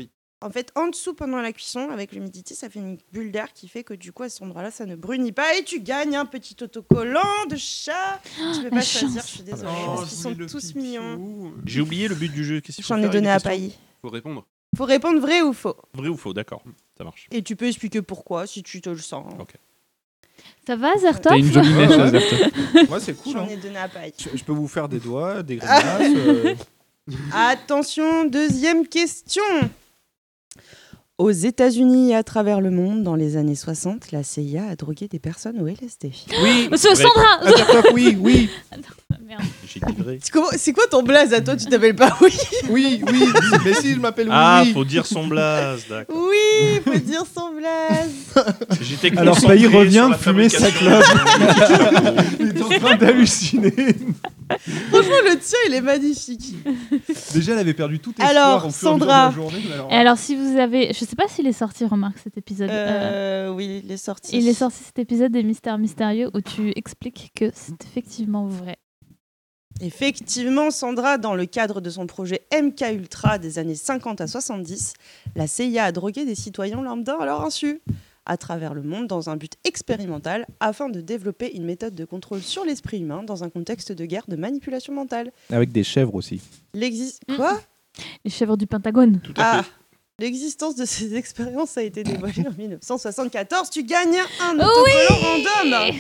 En fait, en dessous, pendant la cuisson, avec l'humidité, ça fait une bulle d'air qui fait que du coup, à cet endroit-là, ça ne brunit pas et tu gagnes un petit autocollant de chat. Tu peux la pas choisir, chance. je suis désolée. Oh, Ils je sont voulais le tous pipi. mignons. J'ai oublié le but du jeu. Qu'est-ce qu'il faut J'en ai faire donné avec à les questions Pailly. Faut répondre. Faut répondre vrai ou faux. Vrai ou faux, d'accord. Ça marche. Et tu peux expliquer pourquoi, si tu te le sens. Ok. Ça va, Zertov? T'as une jolie Ouais, mèche, ouais. Zertov. Ouais, c'est cool. J'en hein. ai donné à Pailly. Je, je peux vous faire des doigts, des grimaces. euh. Attention, deuxième question. Aux États-Unis et à travers le monde, dans les années soixante, la C I A a drogué des personnes au L S D. Oui. Monsieur Vrai. Sandra. Azertov, oui, oui. Merde. J'ai dit vrai. C'est comment- C'est quoi ton blaze à toi? Tu t'appelles pas Oui? Oui, oui. Mais si, je m'appelle oui. Ah, oui. faut dire son blaze, d'accord. Oui, faut dire son blaze. J'étais Alors, concentré Pailly revient sur de la fumer sa fabrication. Il est en train d'halluciner. Franchement, le tien, il est magnifique. Déjà, elle avait perdu tout espoir Alors, au fur et à mesure de Sandra. la journée. mais alors- Et alors, si vous avez. Je sais pas s'il est sorti, remarque, cet épisode. Euh, Euh, oui, il est sorti. Il est sorti cet épisode des Mystères Mystérieux où tu expliques que c'est effectivement vrai. Effectivement, Sandra, dans le cadre de son projet M K Ultra des années cinquante à soixante-dix, la C I A a drogué des citoyens lambda à leur insu, à travers le monde dans un but expérimental, afin de développer une méthode de contrôle sur l'esprit humain dans un contexte de guerre de manipulation mentale. Avec des chèvres aussi. L'exis- Quoi Les chèvres du Pentagone. Tout à Ah, fait. l'existence de ces expériences a été dévoilée en mille neuf cent soixante-quatorze. Tu gagnes un autocollant random.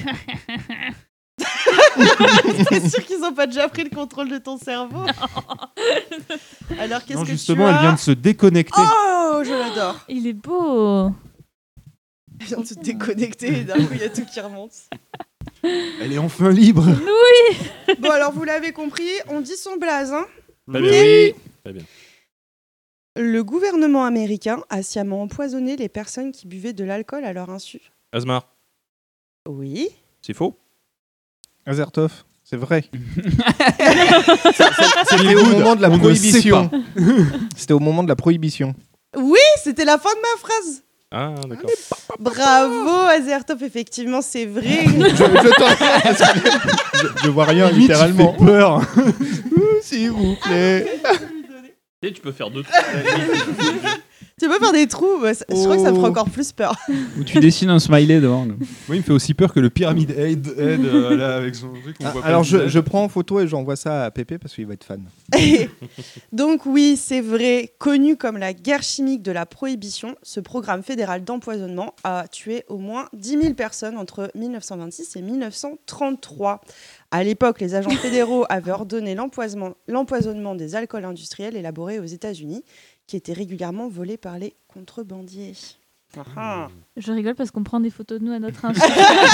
T'es sûr qu'ils n'ont pas déjà pris le contrôle de ton cerveau? Alors qu'est-ce Non, que justement, tu as? elle vient de se déconnecter. Oh, je l'adore. Il est beau. Elle vient de se déconnecter et d'un coup, il y a tout qui remonte. Elle est enfin libre. Oui. Bon, alors vous l'avez compris, on dit son blaze. Hein. Très bien. Oui. Très bien. Le gouvernement américain a sciemment empoisonné les personnes qui buvaient de l'alcool à leur insu. Asmar, Oui. c'est faux. Azertov, c'est vrai. C'était C'était au moment de la On ne prohibition. sait C'était au moment de la prohibition. Oui, c'était la fin de ma phrase. Ah, d'accord. Bravo, Azertov, effectivement, c'est vrai. je, je, t'en- parce que je, je vois rien, Limite, littéralement. il fait peur. S'il vous plaît. Tu sais, tu peux faire deux trucs. Tu peux faire des trous, bah, ça- je crois que ça me ferait Oh. encore plus peur. Où tu dessines un smiley devant. là. Moi, il me fait aussi peur que le Pyramid Head, Head, euh, là, avec son truc. On Ah, voit pas alors le je, visage. je prends en photo et j'envoie ça à Pépé parce qu'il va être fan. Donc oui, c'est vrai, connu comme la guerre chimique de la prohibition, ce programme fédéral d'empoisonnement a tué au moins dix mille personnes entre mille neuf cent vingt-six et mille neuf cent trente-trois. À l'époque, les agents fédéraux avaient ordonné l'empoisonnement, l'empoisonnement des alcools industriels élaborés aux États-Unis, qui étaient régulièrement volés par les contrebandiers. Ah ah. Je rigole parce qu'on prend des photos de nous à notre insu.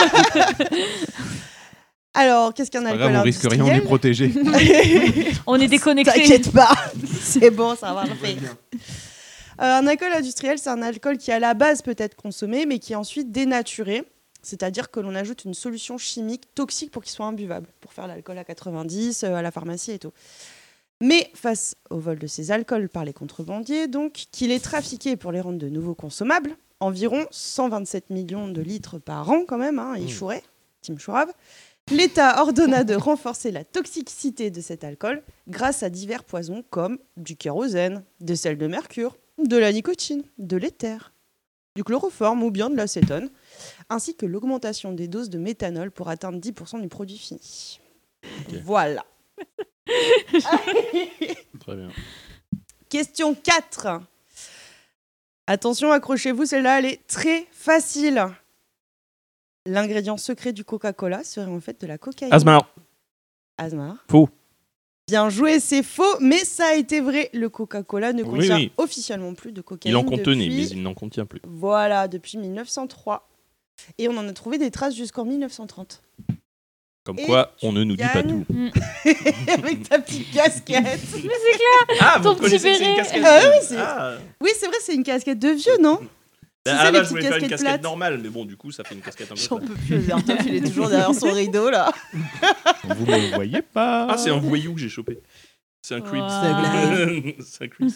Alors, qu'est-ce qu'un Pas alcool grave, on risque rien, on est industriel protégé. On est déconnectés. T'inquiète pas, c'est bon, ça va le faire. Euh, un alcool industriel, c'est un alcool qui à la base peut être consommé, mais qui est ensuite dénaturé. C'est-à-dire que l'on ajoute une solution chimique toxique pour qu'il soit imbuvable, pour faire l'alcool à quatre-vingt-dix, euh, à la pharmacie et tout. Mais face au vol de ces alcools par les contrebandiers, donc, qu'il est trafiqué pour les rendre de nouveau consommables, environ cent vingt-sept millions de litres par an quand même, hein, il chourait, Tim Chourave, l'État ordonna de renforcer la toxicité de cet alcool grâce à divers poisons comme du kérosène, des sels de mercure, de la nicotine, de l'éther, du chloroforme ou bien de l'acétone, ainsi que l'augmentation des doses de méthanol pour atteindre dix pour cent du produit fini. Ok. Voilà. Très bien. Question quatre. Attention, accrochez-vous, celle-là, elle est très facile. L'ingrédient secret du Coca-Cola serait en fait de la cocaïne. Asmar, Asmar. faux. Bien joué, c'est faux, mais ça a été vrai. Le Coca-Cola ne Oui, contient oui. officiellement plus de cocaïne. Il en contenait, depuis- mais il n'en contient plus. Voilà, depuis mille neuf cent trois. Et on en a trouvé des traces jusqu'en mille neuf cent trente. Comme Et quoi, on ne nous dit pas gagnes. tout. Avec ta petite casquette. Mais c'est clair. Ah, Ton vous connaissez que c'est une petit casquette Ah oui, c'est- Ah. Oui, c'est vrai, c'est une casquette de vieux, non? Bah, C'est à ça, la les base, je petites voulais faire une casquettes casquette plates. normale, mais bon, du coup, ça fait une casquette un peu J'en plate. peux plus, Azertov, il est toujours derrière son rideau, là. Vous ne me voyez pas. Ah, c'est un voyou que j'ai chopé. C'est un creep. Wow. C'est un creep.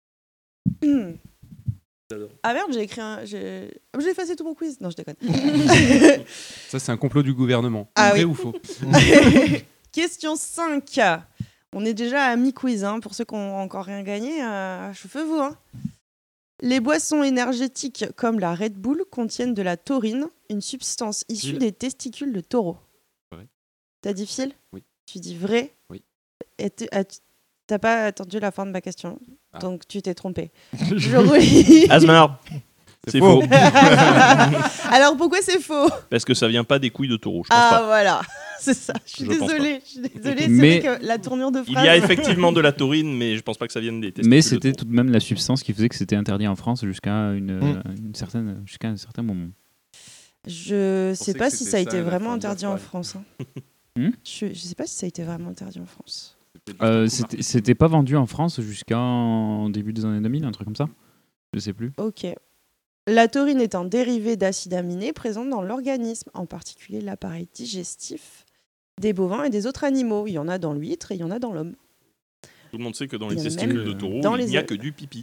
J'adore. Ah merde, j'ai écrit un... J'ai ah, j'ai effacé tout mon quiz. Non, je déconne. Ça, c'est un complot du gouvernement. Ah Vrai oui. ou faux? Question cinq. On est déjà à mi-quiz, hein. Pour ceux qui n'ont encore rien gagné, euh, chauffez-vous. Hein. Les boissons énergétiques comme la Red Bull contiennent de la taurine, une substance issue Phil. des testicules de taureau. Vrai. T'as dit Phil ? Oui. Tu dis vrai ? Oui. Et tu- ah, tu- T'as pas attendu la fin de ma question, Ah. donc tu t'es trompé. Je relis. Asmar, c'est faux. Alors pourquoi c'est faux ? Parce que ça vient pas des couilles de taureau, je pense Ah pas. voilà, c'est ça. Je suis Je pense désolée. Je suis désolée. C'est Mais- vrai que la tournure de phrase. Il y a effectivement de la taurine, mais je pense pas que ça vienne des testicules. Mais de c'était taureau. tout de même la substance qui faisait que c'était interdit en France jusqu'à une, Mm. euh, une certaine, jusqu'à un certain moment. Je pensais sais que pas si c'était ça a ça, été la vraiment fin de la interdit en phrase. France. hein. Hmm je, je sais pas si ça a été vraiment interdit en France. Euh, c'était c'était pas vendu en France jusqu'en début des années deux mille, un truc comme ça. Je sais plus. Ok. La taurine est un dérivé d'acide aminé présent dans l'organisme, en particulier l'appareil digestif des bovins et des autres animaux. Il y en a dans l'huître et il y en a dans l'homme. Tout le monde sait que dans Il les y en a testicules même de taureau, dans il les n'y a œufs. que du pipi.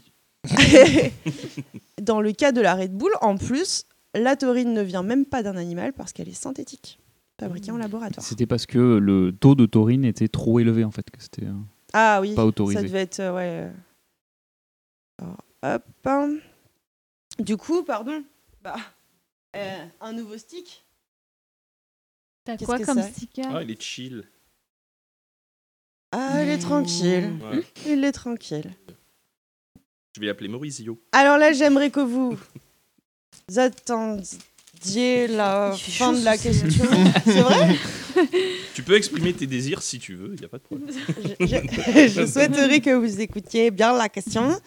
Dans le cas de la Red Bull, en plus, la taurine ne vient même pas d'un animal parce qu'elle est synthétique, fabriquée en laboratoire. C'était parce que le taux de taurine était trop élevé en fait, que c'était euh, Ah oui, pas autorisé. ça devait être... euh, ouais. Alors, hop. hein. Du coup, pardon, bah, euh, un nouveau stick. T'as Qu'est-ce quoi que comme c'est sticker? Ah, il est chill. Ah, il est tranquille. Ouais. Il est tranquille. Je vais l'appeler Mauricio. Alors là, j'aimerais que vous attendiez la Il fait fin chaud, de la ce question. C'est vrai? Tu peux exprimer tes désirs si tu veux, il n'y a pas de problème. je, je- je souhaiterais que vous écoutiez bien la question,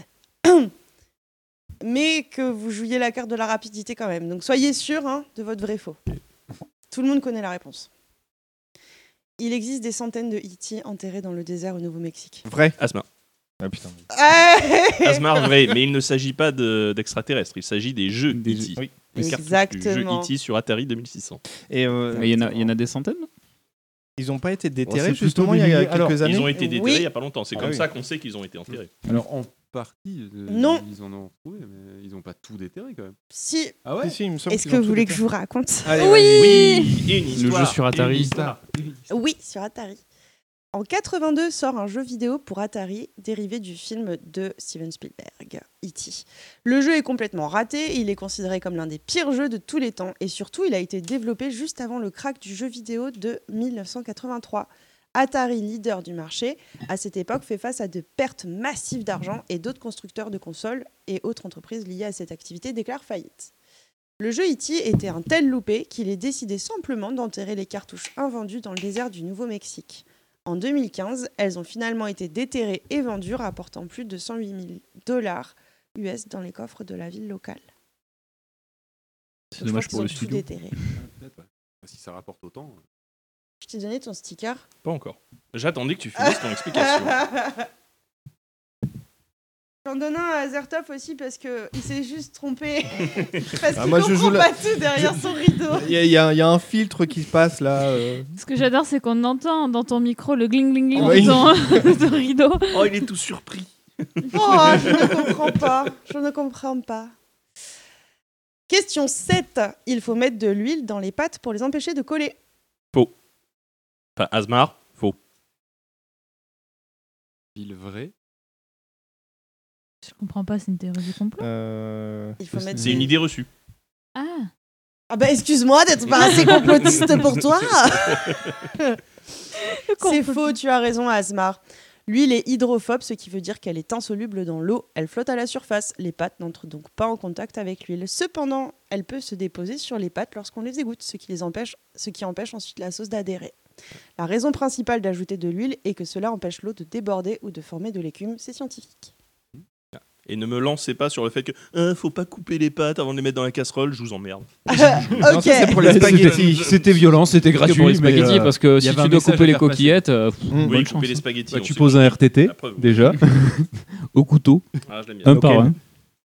mais que vous jouiez la carte de la rapidité quand même. Donc soyez sûr hein, de votre vrai faux. Tout le monde connaît la réponse. Il existe des centaines de E T enterrés dans le désert au Nouveau-Mexique. Vrai. Asma. Ah putain. Asmar, vrai, mais il ne s'agit pas de- d'extraterrestres, il s'agit des jeux Des E T. jeux. Oui. Les cartouches du jeu Exactement. E T sur Atari deux mille six cents. Et euh, Il y, en a, il y en a des centaines. ils n'ont pas été Bon, déterrés c'est plutôt justement des il y a milliers. quelques Alors, années. Ils ont été déterrés Oui. il n'y a pas longtemps, c'est Ah comme oui. ça qu'on sait qu'ils ont été enterrés. Alors, en partie, euh, Non. ils en ont trouvé, mais ils n'ont pas tout déterré quand même. Si, Ah ouais. Si, si, il me semble est-ce qu'ils que ont vous tout voulez que déterré. je vous raconte? Allez, Oui. Oui, et une Le histoire. jeu sur Atari. et une histoire. Oui, sur Atari. En quatre-vingt-deux sort un jeu vidéo pour Atari dérivé du film de Steven Spielberg, E T. Le jeu est complètement raté, il est considéré comme l'un des pires jeux de tous les temps et surtout il a été développé juste avant le crack du jeu vidéo de mille neuf cent quatre-vingt-trois. Atari, leader du marché, à cette époque fait face à de pertes massives d'argent et d'autres constructeurs de consoles et autres entreprises liées à cette activité déclarent faillite. Le jeu E T était un tel loupé qu'il est décidé simplement d'enterrer les cartouches invendues dans le désert du Nouveau-Mexique. En deux mille quinze, elles ont finalement été déterrées et vendues, rapportant plus de cent huit mille dollars U S dans les coffres de la ville locale. C'est Donc, je dommage crois pour le qu'ils ont tout studio. déterré. Peut-être, ouais. Si ça rapporte autant. euh. Je t'ai donné ton sticker. Pas encore. J'attendais que tu finisses ton explication. J'en donne un à Zertov aussi parce qu'il s'est juste trompé. parce Ah, qu'il moi, je comprend joue la- pas tout derrière son rideau. Il y, a- il y a, il y a un filtre qui se passe là. euh. Ce que j'adore, c'est qu'on entend dans ton micro le gling gling gling Oui. de ton, de ton rideau. Oh, il est tout surpris. Oh, je ne comprends pas. Je ne comprends pas. Question sept. Il faut mettre de l'huile dans les pâtes pour les empêcher de coller. Faux. Enfin, Asmar, faux. Ville vraie. Je comprends pas, c'est une théorie du complot. Euh, Il faut mettre C'est une idée reçue. Ah, Ah bah excuse-moi d'être pas assez complotiste pour toi. C'est faux, tu as raison Asmar. L'huile est hydrophobe, ce qui veut dire qu'elle est insoluble dans l'eau. Elle flotte à la surface. Les pâtes n'entrent donc pas en contact avec l'huile. Cependant, elle peut se déposer sur les pâtes lorsqu'on les égoutte, ce qui, les empêche, ce qui empêche ensuite la sauce d'adhérer. La raison principale d'ajouter de l'huile est que cela empêche l'eau de déborder ou de former de l'écume. C'est scientifique. Et ne me lancez pas sur le fait que euh, faut pas couper les pâtes avant de les mettre dans la casserole, je vous emmerde. Ok. Non, ça, c'est pour les C'était- spaghettis. C'était violent, c'était Parce que gratuit. pour les spaghettis, mais, euh, parce que il y si avait un tu dois message couper à les faire passer. coquillettes, euh, pff, Mmh. bonne Oui, chance. couper les spaghettis. Bah, on tu sait poses pas. un R T T La preuve. déjà. Au couteau, Ah, je l'aime bien. un Ok. par un.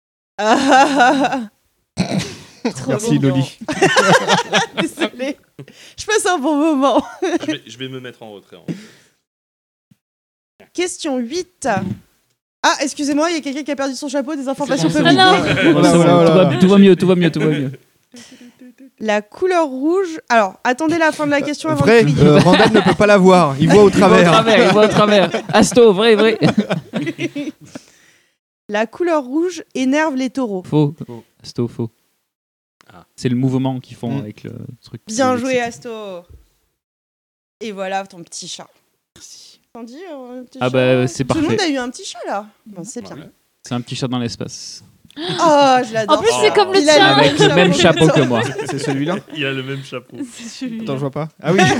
Trop Merci mignon. Loli. Désolée. Je passe un bon moment. je, vais, je vais me mettre en retrait. hein. Question huit. Ah, excusez-moi, il y a quelqu'un qui a perdu son chapeau, des informations C'est peu bon, Ah c'est non. bon. Voilà, Tout voilà, va- voilà. Tout va mieux, tout va mieux, tout va mieux. La couleur rouge. Alors, attendez la fin de la question avant Vrai, de crier. euh, Randall ne peut pas la voir. Il voit au Il va au travers. travers, il va au travers. Asto, vrai, vrai. La couleur rouge énerve les taureaux. Faux. Asto, faux. C'est le mouvement qu'ils font Mm. avec le truc. Bien qui les joué, excite. Asto. Et voilà ton petit chat. Merci. T'en dis euh, un petit Ah chat bah, c'est Tout le monde parfait. a eu un petit chat là. Bon, c'est bien. C'est un petit chat dans l'espace. Oh, je l'adore. En plus, c'est comme le Il a tien. Avec le même chapeau que moi. C'est celui-là Il a le même chapeau. C'est celui-là. Attends, je vois pas. Ah oui.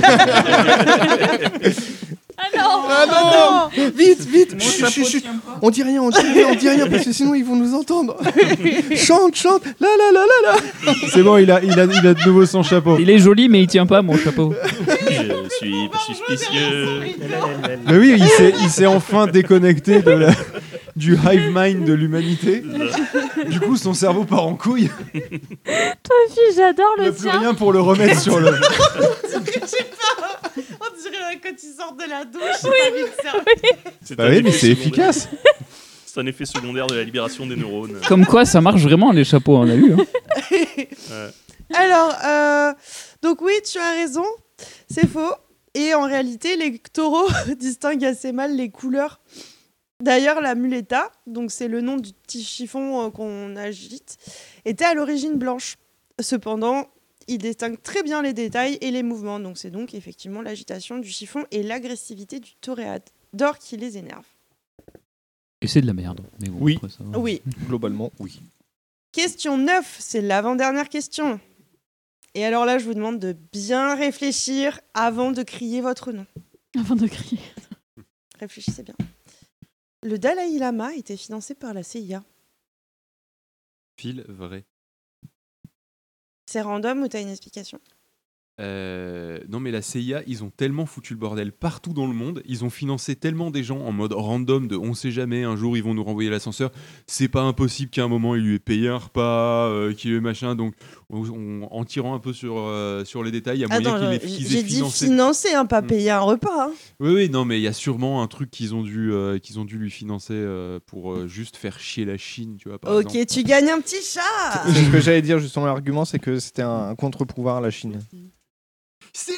Ah non Ah non, Vite, vite. Mon Chut, chapeau chut, chut. tient pas. On dit rien, on dit rien, on dit rien parce que sinon ils vont nous entendre. Chante, chante. Là, là, là, là, là. C'est bon, il a, il, a, il a de nouveau son chapeau. Il est joli, mais il tient pas mon chapeau. Je suis suspicieux. Mais oui, il s'est, il s'est enfin déconnecté de la- du hive mind de l'humanité. Du coup, son cerveau part en couille. Toi, fille, j'adore Il n'y le a plus tien. rien pour le remettre sur le. Je sais pas. On dirait quand ils sortent de la douche. Oui, pas vite servi. C'est Bah un oui, mais effet c'est secondaire. efficace. C'est un effet secondaire de la libération des neurones. Comme quoi, ça marche vraiment les chapeaux, on a vu. Hein. Ouais. Alors, euh, donc oui, tu as raison. C'est faux. Et en réalité, les taureaux distinguent assez mal les couleurs. D'ailleurs, la muleta, donc c'est le nom du petit chiffon euh, qu'on agite, était à l'origine blanche. Cependant, il distingue très bien les détails et les mouvements. Donc c'est donc effectivement l'agitation du chiffon et l'agressivité du toréador qui les énerve. Et c'est de la merde. Mais bon, Oui. après, ça va. Oui. Globalement, oui. Question neuf, c'est l'avant-dernière question. Et alors là, je vous demande de bien réfléchir avant de crier votre nom. Avant de crier. Réfléchissez bien. Le Dalai Lama était financé par la C I A. Fil vrai. C'est random ou t'as une explication? Euh, non mais la C I A, ils ont tellement foutu le bordel partout dans le monde, ils ont financé tellement des gens en mode random de on sait jamais, un jour ils vont nous renvoyer l'ascenseur, c'est pas impossible qu'à un moment il lui ait payé un repas, euh, qu'il ait machin, donc on- on- en tirant un peu sur, euh, sur les détails, il y a moyen Attends, qu'ils je- aient, qu'ils aient j'ai dit financé. financer, hein, pas Mm. payer un repas. hein. Oui, oui, non mais il y a sûrement un truc qu'ils ont dû, euh, qu'ils ont dû lui financer euh, pour euh, juste faire chier la Chine, tu vois. Par Ok, exemple. tu gagnes un petit chat. C'est ce que j'allais dire justement. L'argument, c'est que c'était un, un contre-pouvoir à la Chine. C'est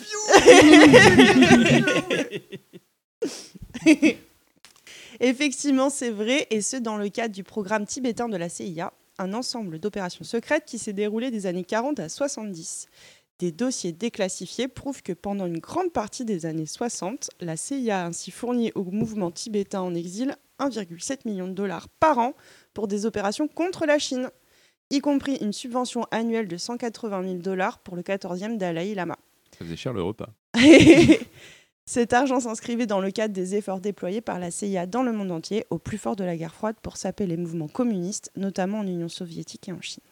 le bibiou. Effectivement, c'est vrai, et ce dans le cadre du programme tibétain de la C I A, un ensemble d'opérations secrètes qui s'est déroulé des années quarante à soixante-dix. Des dossiers déclassifiés prouvent que pendant une grande partie des années soixante, la C I A a ainsi fourni au mouvement tibétain en exil un virgule sept million de dollars par an pour des opérations contre la Chine, y compris une subvention annuelle de cent quatre-vingt mille dollars pour le quatorzième Dalai Lama. Ça faisait cher le repas. Cet argent s'inscrivait dans le cadre des efforts déployés par la C I A dans le monde entier, au plus fort de la guerre froide, pour saper les mouvements communistes, notamment en Union soviétique et en Chine.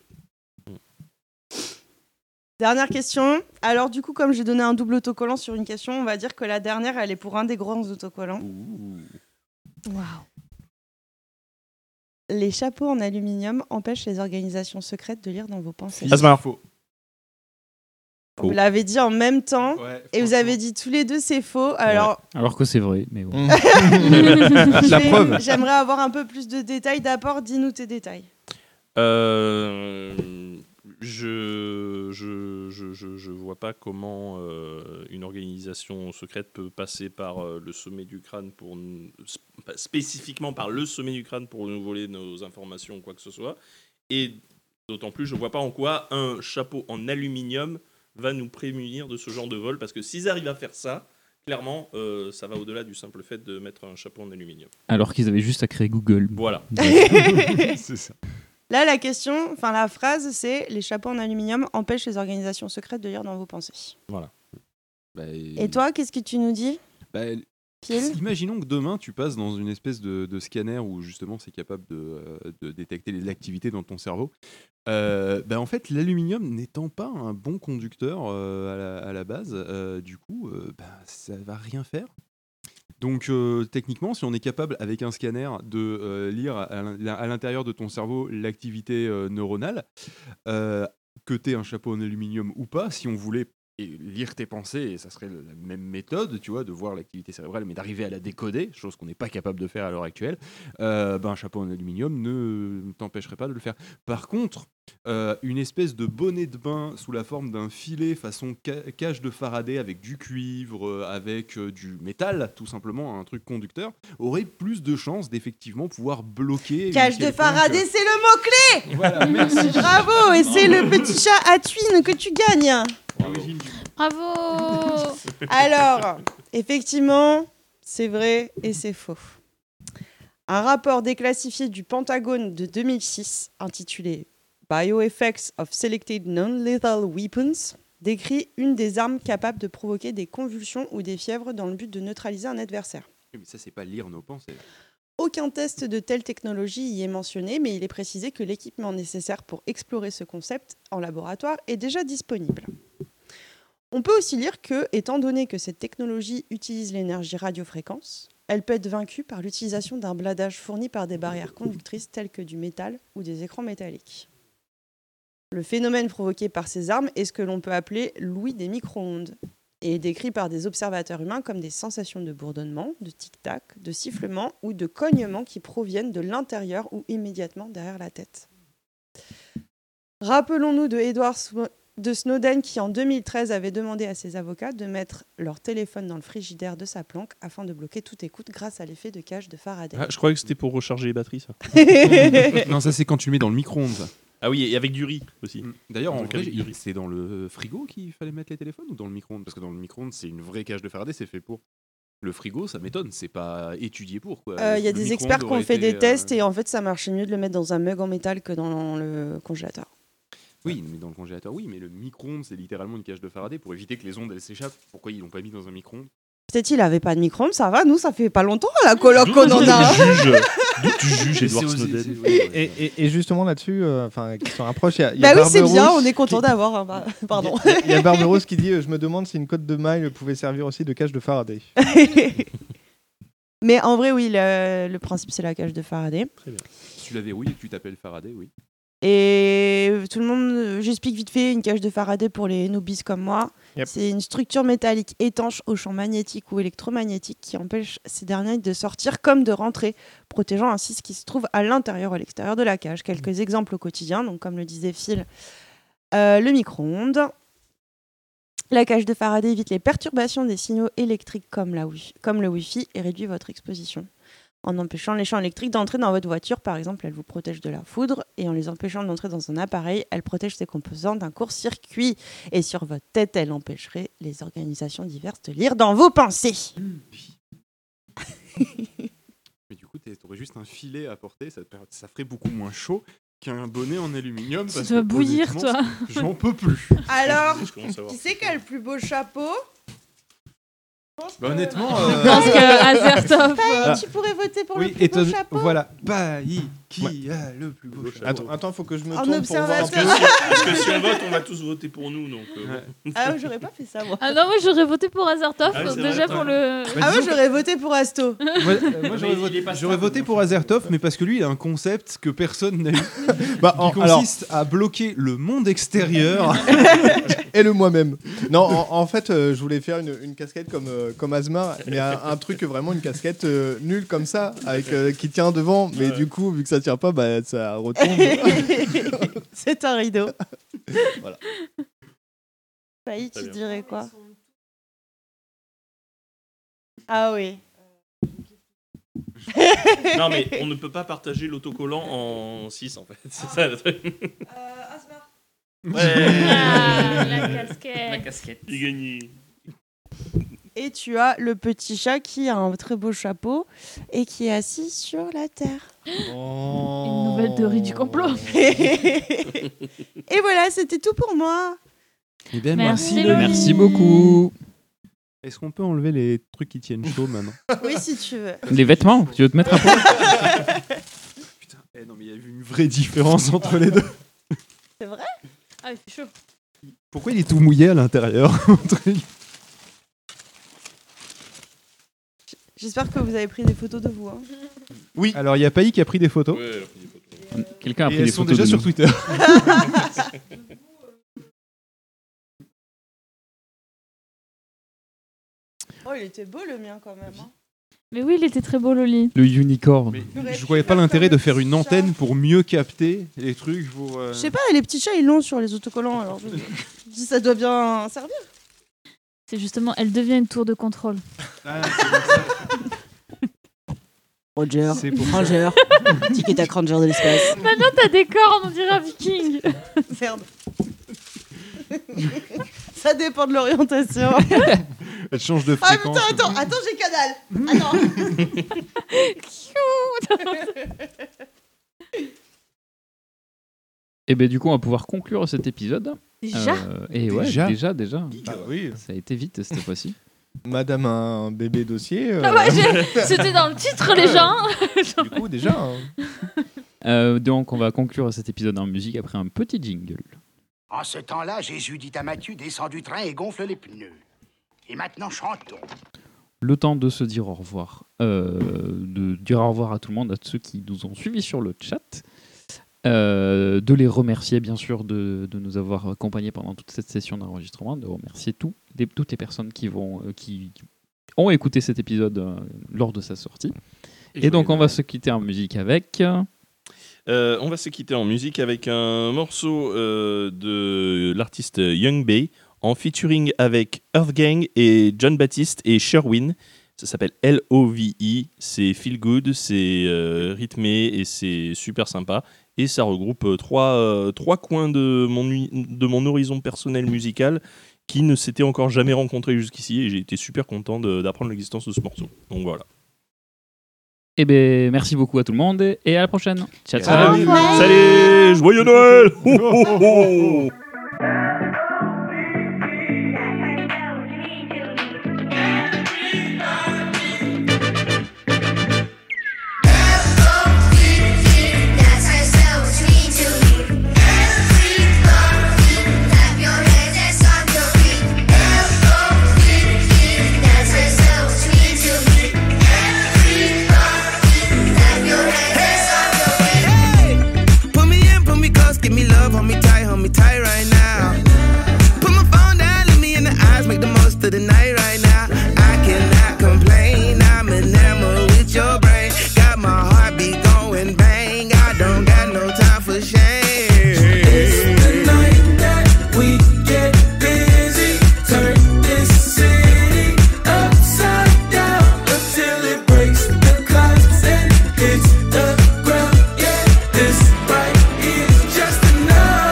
Dernière question. Alors du coup, comme j'ai donné un double autocollant sur une question, on va dire que la dernière, elle est pour un des grands autocollants. Waouh. Les chapeaux en aluminium empêchent les organisations secrètes de lire dans vos pensées. Asmar. Faux. Vous l'avez dit en même temps, Ouais, et vous avez dit tous les deux c'est faux. Alors, Alors que c'est vrai, mais bon. je La vais- preuve. j'aimerais avoir un peu plus de détails. D'abord, dis-nous tes détails. Euh, je, je, je, je, je vois pas comment euh, une organisation secrète peut passer par euh, le sommet du crâne pour nous- sp- spécifiquement par le sommet du crâne pour nous voler nos informations ou quoi que ce soit. Et d'autant plus, je vois pas en quoi un chapeau en aluminium va nous prémunir de ce genre de vol, parce que s'ils arrivent à faire ça, clairement, euh, ça va au-delà du simple fait de mettre un chapeau en aluminium. Alors qu'ils avaient juste à créer Google. Voilà. C'est ça. Là, la question, enfin la phrase, c'est les chapeaux en aluminium empêchent les organisations secrètes de lire dans vos pensées. Voilà. Bah, Et toi, qu'est-ce que tu nous dis, bah, Pile? Imaginons que demain tu passes dans une espèce de, de scanner où justement c'est capable de, euh, de détecter les activités dans ton cerveau. Euh, bah, en fait, l'aluminium n'étant pas un bon conducteur euh, à, la, à la base, euh, du coup, euh, bah, ça va rien faire. Donc euh, techniquement, si on est capable avec un scanner de euh, lire à l'in- à l'intérieur de ton cerveau l'activité euh, neuronale, euh, que tu aies un chapeau en aluminium ou pas, si on voulait et lire tes pensées, et ça serait la même méthode, tu vois, de voir l'activité cérébrale, mais d'arriver à la décoder, chose qu'on n'est pas capable de faire à l'heure actuelle, euh, ben, un chapeau en aluminium ne t'empêcherait pas de le faire. Par contre, euh, une espèce de bonnet de bain sous la forme d'un filet façon ca- cage de Faraday avec du cuivre, euh, avec euh, du métal, tout simplement, un truc conducteur, aurait plus de chances d'effectivement pouvoir bloquer... Cage de Faraday, c'est le mot-clé. Voilà, merci. Bravo, et c'est le petit chat à tuine que tu gagnes. Bravo. Alors, effectivement, c'est vrai et c'est faux. Un rapport déclassifié du Pentagone de deux mille six, intitulé Bioeffects of Selected Non-Lethal Weapons, décrit une des armes capables de provoquer des convulsions ou des fièvres dans le but de neutraliser un adversaire. Oui, mais ça, c'est pas lire nos pensées. Aucun test de telle technologie y est mentionné, mais il est précisé que l'équipement nécessaire pour explorer ce concept en laboratoire est déjà disponible. On peut aussi lire que, étant donné que cette technologie utilise l'énergie radiofréquence, elle peut être vaincue par l'utilisation d'un bladage fourni par des barrières conductrices telles que du métal ou des écrans métalliques. Le phénomène provoqué par ces armes est ce que l'on peut appeler l'ouïe des micro-ondes et est décrit par des observateurs humains comme des sensations de bourdonnement, de tic-tac, de sifflement ou de cognement qui proviennent de l'intérieur ou immédiatement derrière la tête. Rappelons-nous de Edward Sw- de Snowden qui, en deux mille treize, avait demandé à ses avocats de mettre leur téléphone dans le frigidaire de sa planque afin de bloquer toute écoute grâce à l'effet de cage de Faraday. Ah, je croyais que c'était pour recharger les batteries, ça. Non, ça, c'est quand tu le mets dans le micro-ondes. Ah oui, et avec du riz aussi. D'ailleurs, en Donc, vrai, avec du riz. c'est dans le frigo qu'il fallait mettre les téléphones ou dans le micro-ondes? Parce que dans le micro-ondes, c'est une vraie cage de Faraday, c'est fait pour. Le frigo, ça m'étonne, c'est pas étudié pour. Il euh, y a Le des micro-ondes experts qui ont aurait fait été, des tests euh, et en fait, ça marchait mieux de le mettre dans un mug en métal que dans le congélateur. Oui, mais dans le congélateur, oui, mais le micro-ondes, c'est littéralement une cage de Faraday pour éviter que les ondes elles s'échappent. Pourquoi ils l'ont pas mis dans un micro-ondes? Peut-être il avait pas de micro-ondes, ça va, nous ça fait pas longtemps à la coloc qu'on en a. D'où tu juges Edward Snowden? Et, et, et justement là-dessus, euh, enfin, qui se rapproche, il y a, il y Bah a oui, c'est Barberousse bien, on est content qui- d'avoir un. bah, Pardon. Il y a- il y a Barberousse qui dit euh, je me demande si une cote de maille pouvait servir aussi de cage de Faraday. Mais en vrai, oui, le, le principe c'est la cage de Faraday. Très bien. Si tu la verrouilles et que tu t'appelles Faraday, oui. Et tout le monde, euh, j'explique vite fait, une cage de Faraday pour les noobis comme moi. Yep. C'est une structure métallique étanche au champ magnétique ou électromagnétique qui empêche ces derniers de sortir comme de rentrer, protégeant ainsi ce qui se trouve à l'intérieur ou à l'extérieur de la cage. Quelques exemples au quotidien, donc comme le disait Phil, euh, le micro-ondes. La cage de Faraday évite les perturbations des signaux électriques comme, la wi- comme le Wi-Fi et réduit votre exposition. En empêchant les champs électriques d'entrer dans votre voiture, par exemple, elle vous protège de la foudre. Et en les empêchant d'entrer dans un appareil, elle protège ses composants d'un court-circuit. Et sur votre tête, elle empêcherait les organisations diverses de lire dans vos pensées. Mais du coup, tu aurais juste un filet à porter, ça, te per- ça ferait beaucoup moins chaud qu'un bonnet en aluminium. Tu parce dois que, bouillir, honnêtement, toi. J'en peux plus. Alors, Je commence à voir. qui c'est qui a le plus beau chapeau? Bah, honnêtement, Je euh... pense que Azertov. Paï, Ah. tu pourrais voter pour Oui, le plus beau étonne- chapeau? voilà. Paï, qui a le plus beau chapeau? Attends, attends, faut que je me En tourne pour voir un peu. observateur. Parce que si on vote, on va tous voter pour nous. Donc, euh, bon. Ah, j'aurais pas fait ça, moi. Ah non, moi j'aurais voté pour Azertov, Ah oui, c'est déjà vrai, pour ouais. le. Ah, moi j'aurais voté pour Asto. Moi, euh, moi, j'aurais voté, j'aurais voté pour Azertov, mais parce que lui, il a un concept que personne n'a eu, Bah, qui en- alors- consiste à bloquer le monde extérieur. Et le moi-même. Non, en, en fait, euh, je voulais faire une, une casquette comme, euh, comme Asmar, mais un, un truc vraiment une casquette euh, nulle comme ça, avec euh, qui tient devant, mais du coup, vu que ça tient pas, bah, ça retombe. C'est un rideau. Voilà. Paï, Très tu bien. dirais quoi? Ah oui. Non, mais on ne peut pas partager l'autocollant en six en fait. C'est ça le truc. Ouais. Ah, la casquette. La casquette. J'ai gagné. Et tu as le petit chat qui a un très beau chapeau et qui est assis sur la terre. Une nouvelle théorie du complot. Et voilà, c'était tout pour moi. Eh ben, Merci, merci, Laurie. Merci beaucoup. Est-ce qu'on peut enlever les trucs qui tiennent chaud maintenant? Oui, si tu veux. Les vêtements, tu veux te mettre à poil? Putain, eh non, mais il y a eu une vraie différence entre les deux. C'est vrai? Ah, il fait chaud. Pourquoi il est tout mouillé à l'intérieur? J'espère que vous avez pris des photos de vous. Hein. Oui. Alors, il y a Paï qui a pris des photos. Ouais, elle a pris des photos. Quelqu'un a Et pris elles des sont photos déjà de sur nous. Twitter. Oh, il était beau le mien quand même. Hein. Mais oui, il était très beau, Loli. Le unicorn. Je voyais pas l'intérêt de faire une antenne pour mieux capter les trucs. Pour, euh... Je sais pas, les petits chats ils l'ont sur les autocollants, alors je... je dis, ça doit bien servir. C'est justement, elle devient une tour de contrôle. Ah, c'est comme ça. Roger, C'est pour Ranger, Ticket à Ranger de l'espace. Maintenant, t'as des cornes, on dirait un viking. Merde. Ça dépend de l'orientation. Elle change de Ah fréquence. putain, attends, attends, j'ai canal. Attends. Et ben du coup, on va pouvoir conclure cet épisode. Déjà Euh, Et ouais, Déjà déjà, déjà. Ah oui. Ça a été vite cette fois-ci. Madame a un bébé dossier. euh, Ah ouais, j'ai- c'était dans le titre, les gens. Du coup, déjà. hein. Euh, donc, on va conclure cet épisode en musique après un petit jingle. En ce temps-là, Jésus dit à Matthieu, descends du train et gonfle les pneus. Et maintenant, chantons. Le temps de se dire au revoir. Euh, de dire au revoir à tout le monde, à ceux qui nous ont suivis sur le chat. Euh, de les remercier, bien sûr, de, de nous avoir accompagnés pendant toute cette session d'enregistrement. De remercier tous les, toutes les personnes qui, vont, euh, qui, qui ont écouté cet épisode euh, lors de sa sortie. Et, Et donc, on va se quitter en musique avec... Euh, on va se quitter en musique avec un morceau euh, de l'artiste Young Bay en featuring avec Earth Gang et John Baptiste et Sherwin. Ça s'appelle L O V E. C'est feel good, c'est euh, rythmé et c'est super sympa. Et ça regroupe euh, trois, euh, trois coins de mon, de mon horizon personnel musical qui ne s'étaient encore jamais rencontrés jusqu'ici. Et j'ai été super content de, d'apprendre l'existence de ce morceau. Donc voilà. Eh bien, merci beaucoup à tout le monde et à la prochaine. Ciao, ciao. Salut, Salut, joyeux Noël. Ho, ho, ho. To the night right now, I cannot complain. I'm enamored with your brain. Got my heartbeat going bang. I don't got no time for shame. It's the night that we get busy. Turn this city upside down until it breaks the clouds and hits the ground. Yeah, this right here is just enough.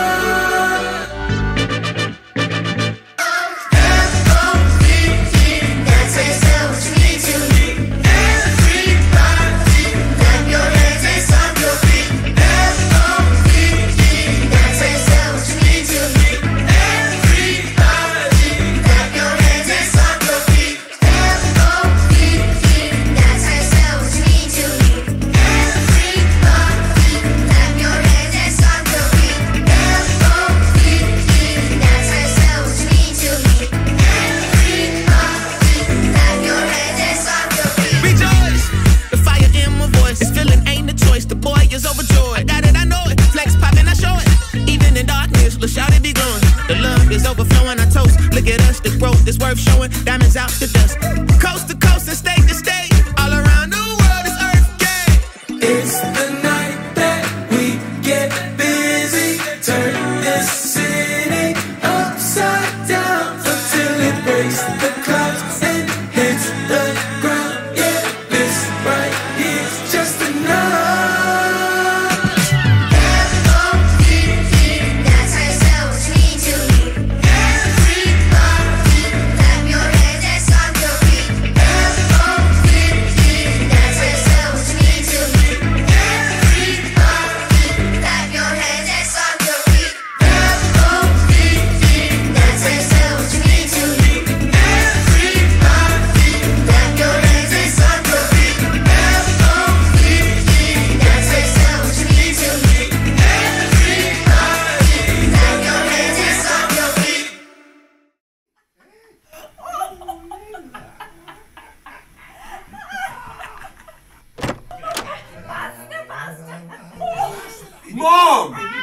Shout be glowing. The love is overflowing. I toast. Look at us, the growth is worth showing. Diamonds out the dust. Coast to coast and state to state. All around the world is Earth Gang. It's the night that we get busy. Turn this city upside down until it breaks the clouds and hits the ground. Yeah, this right here is just enough. Mom!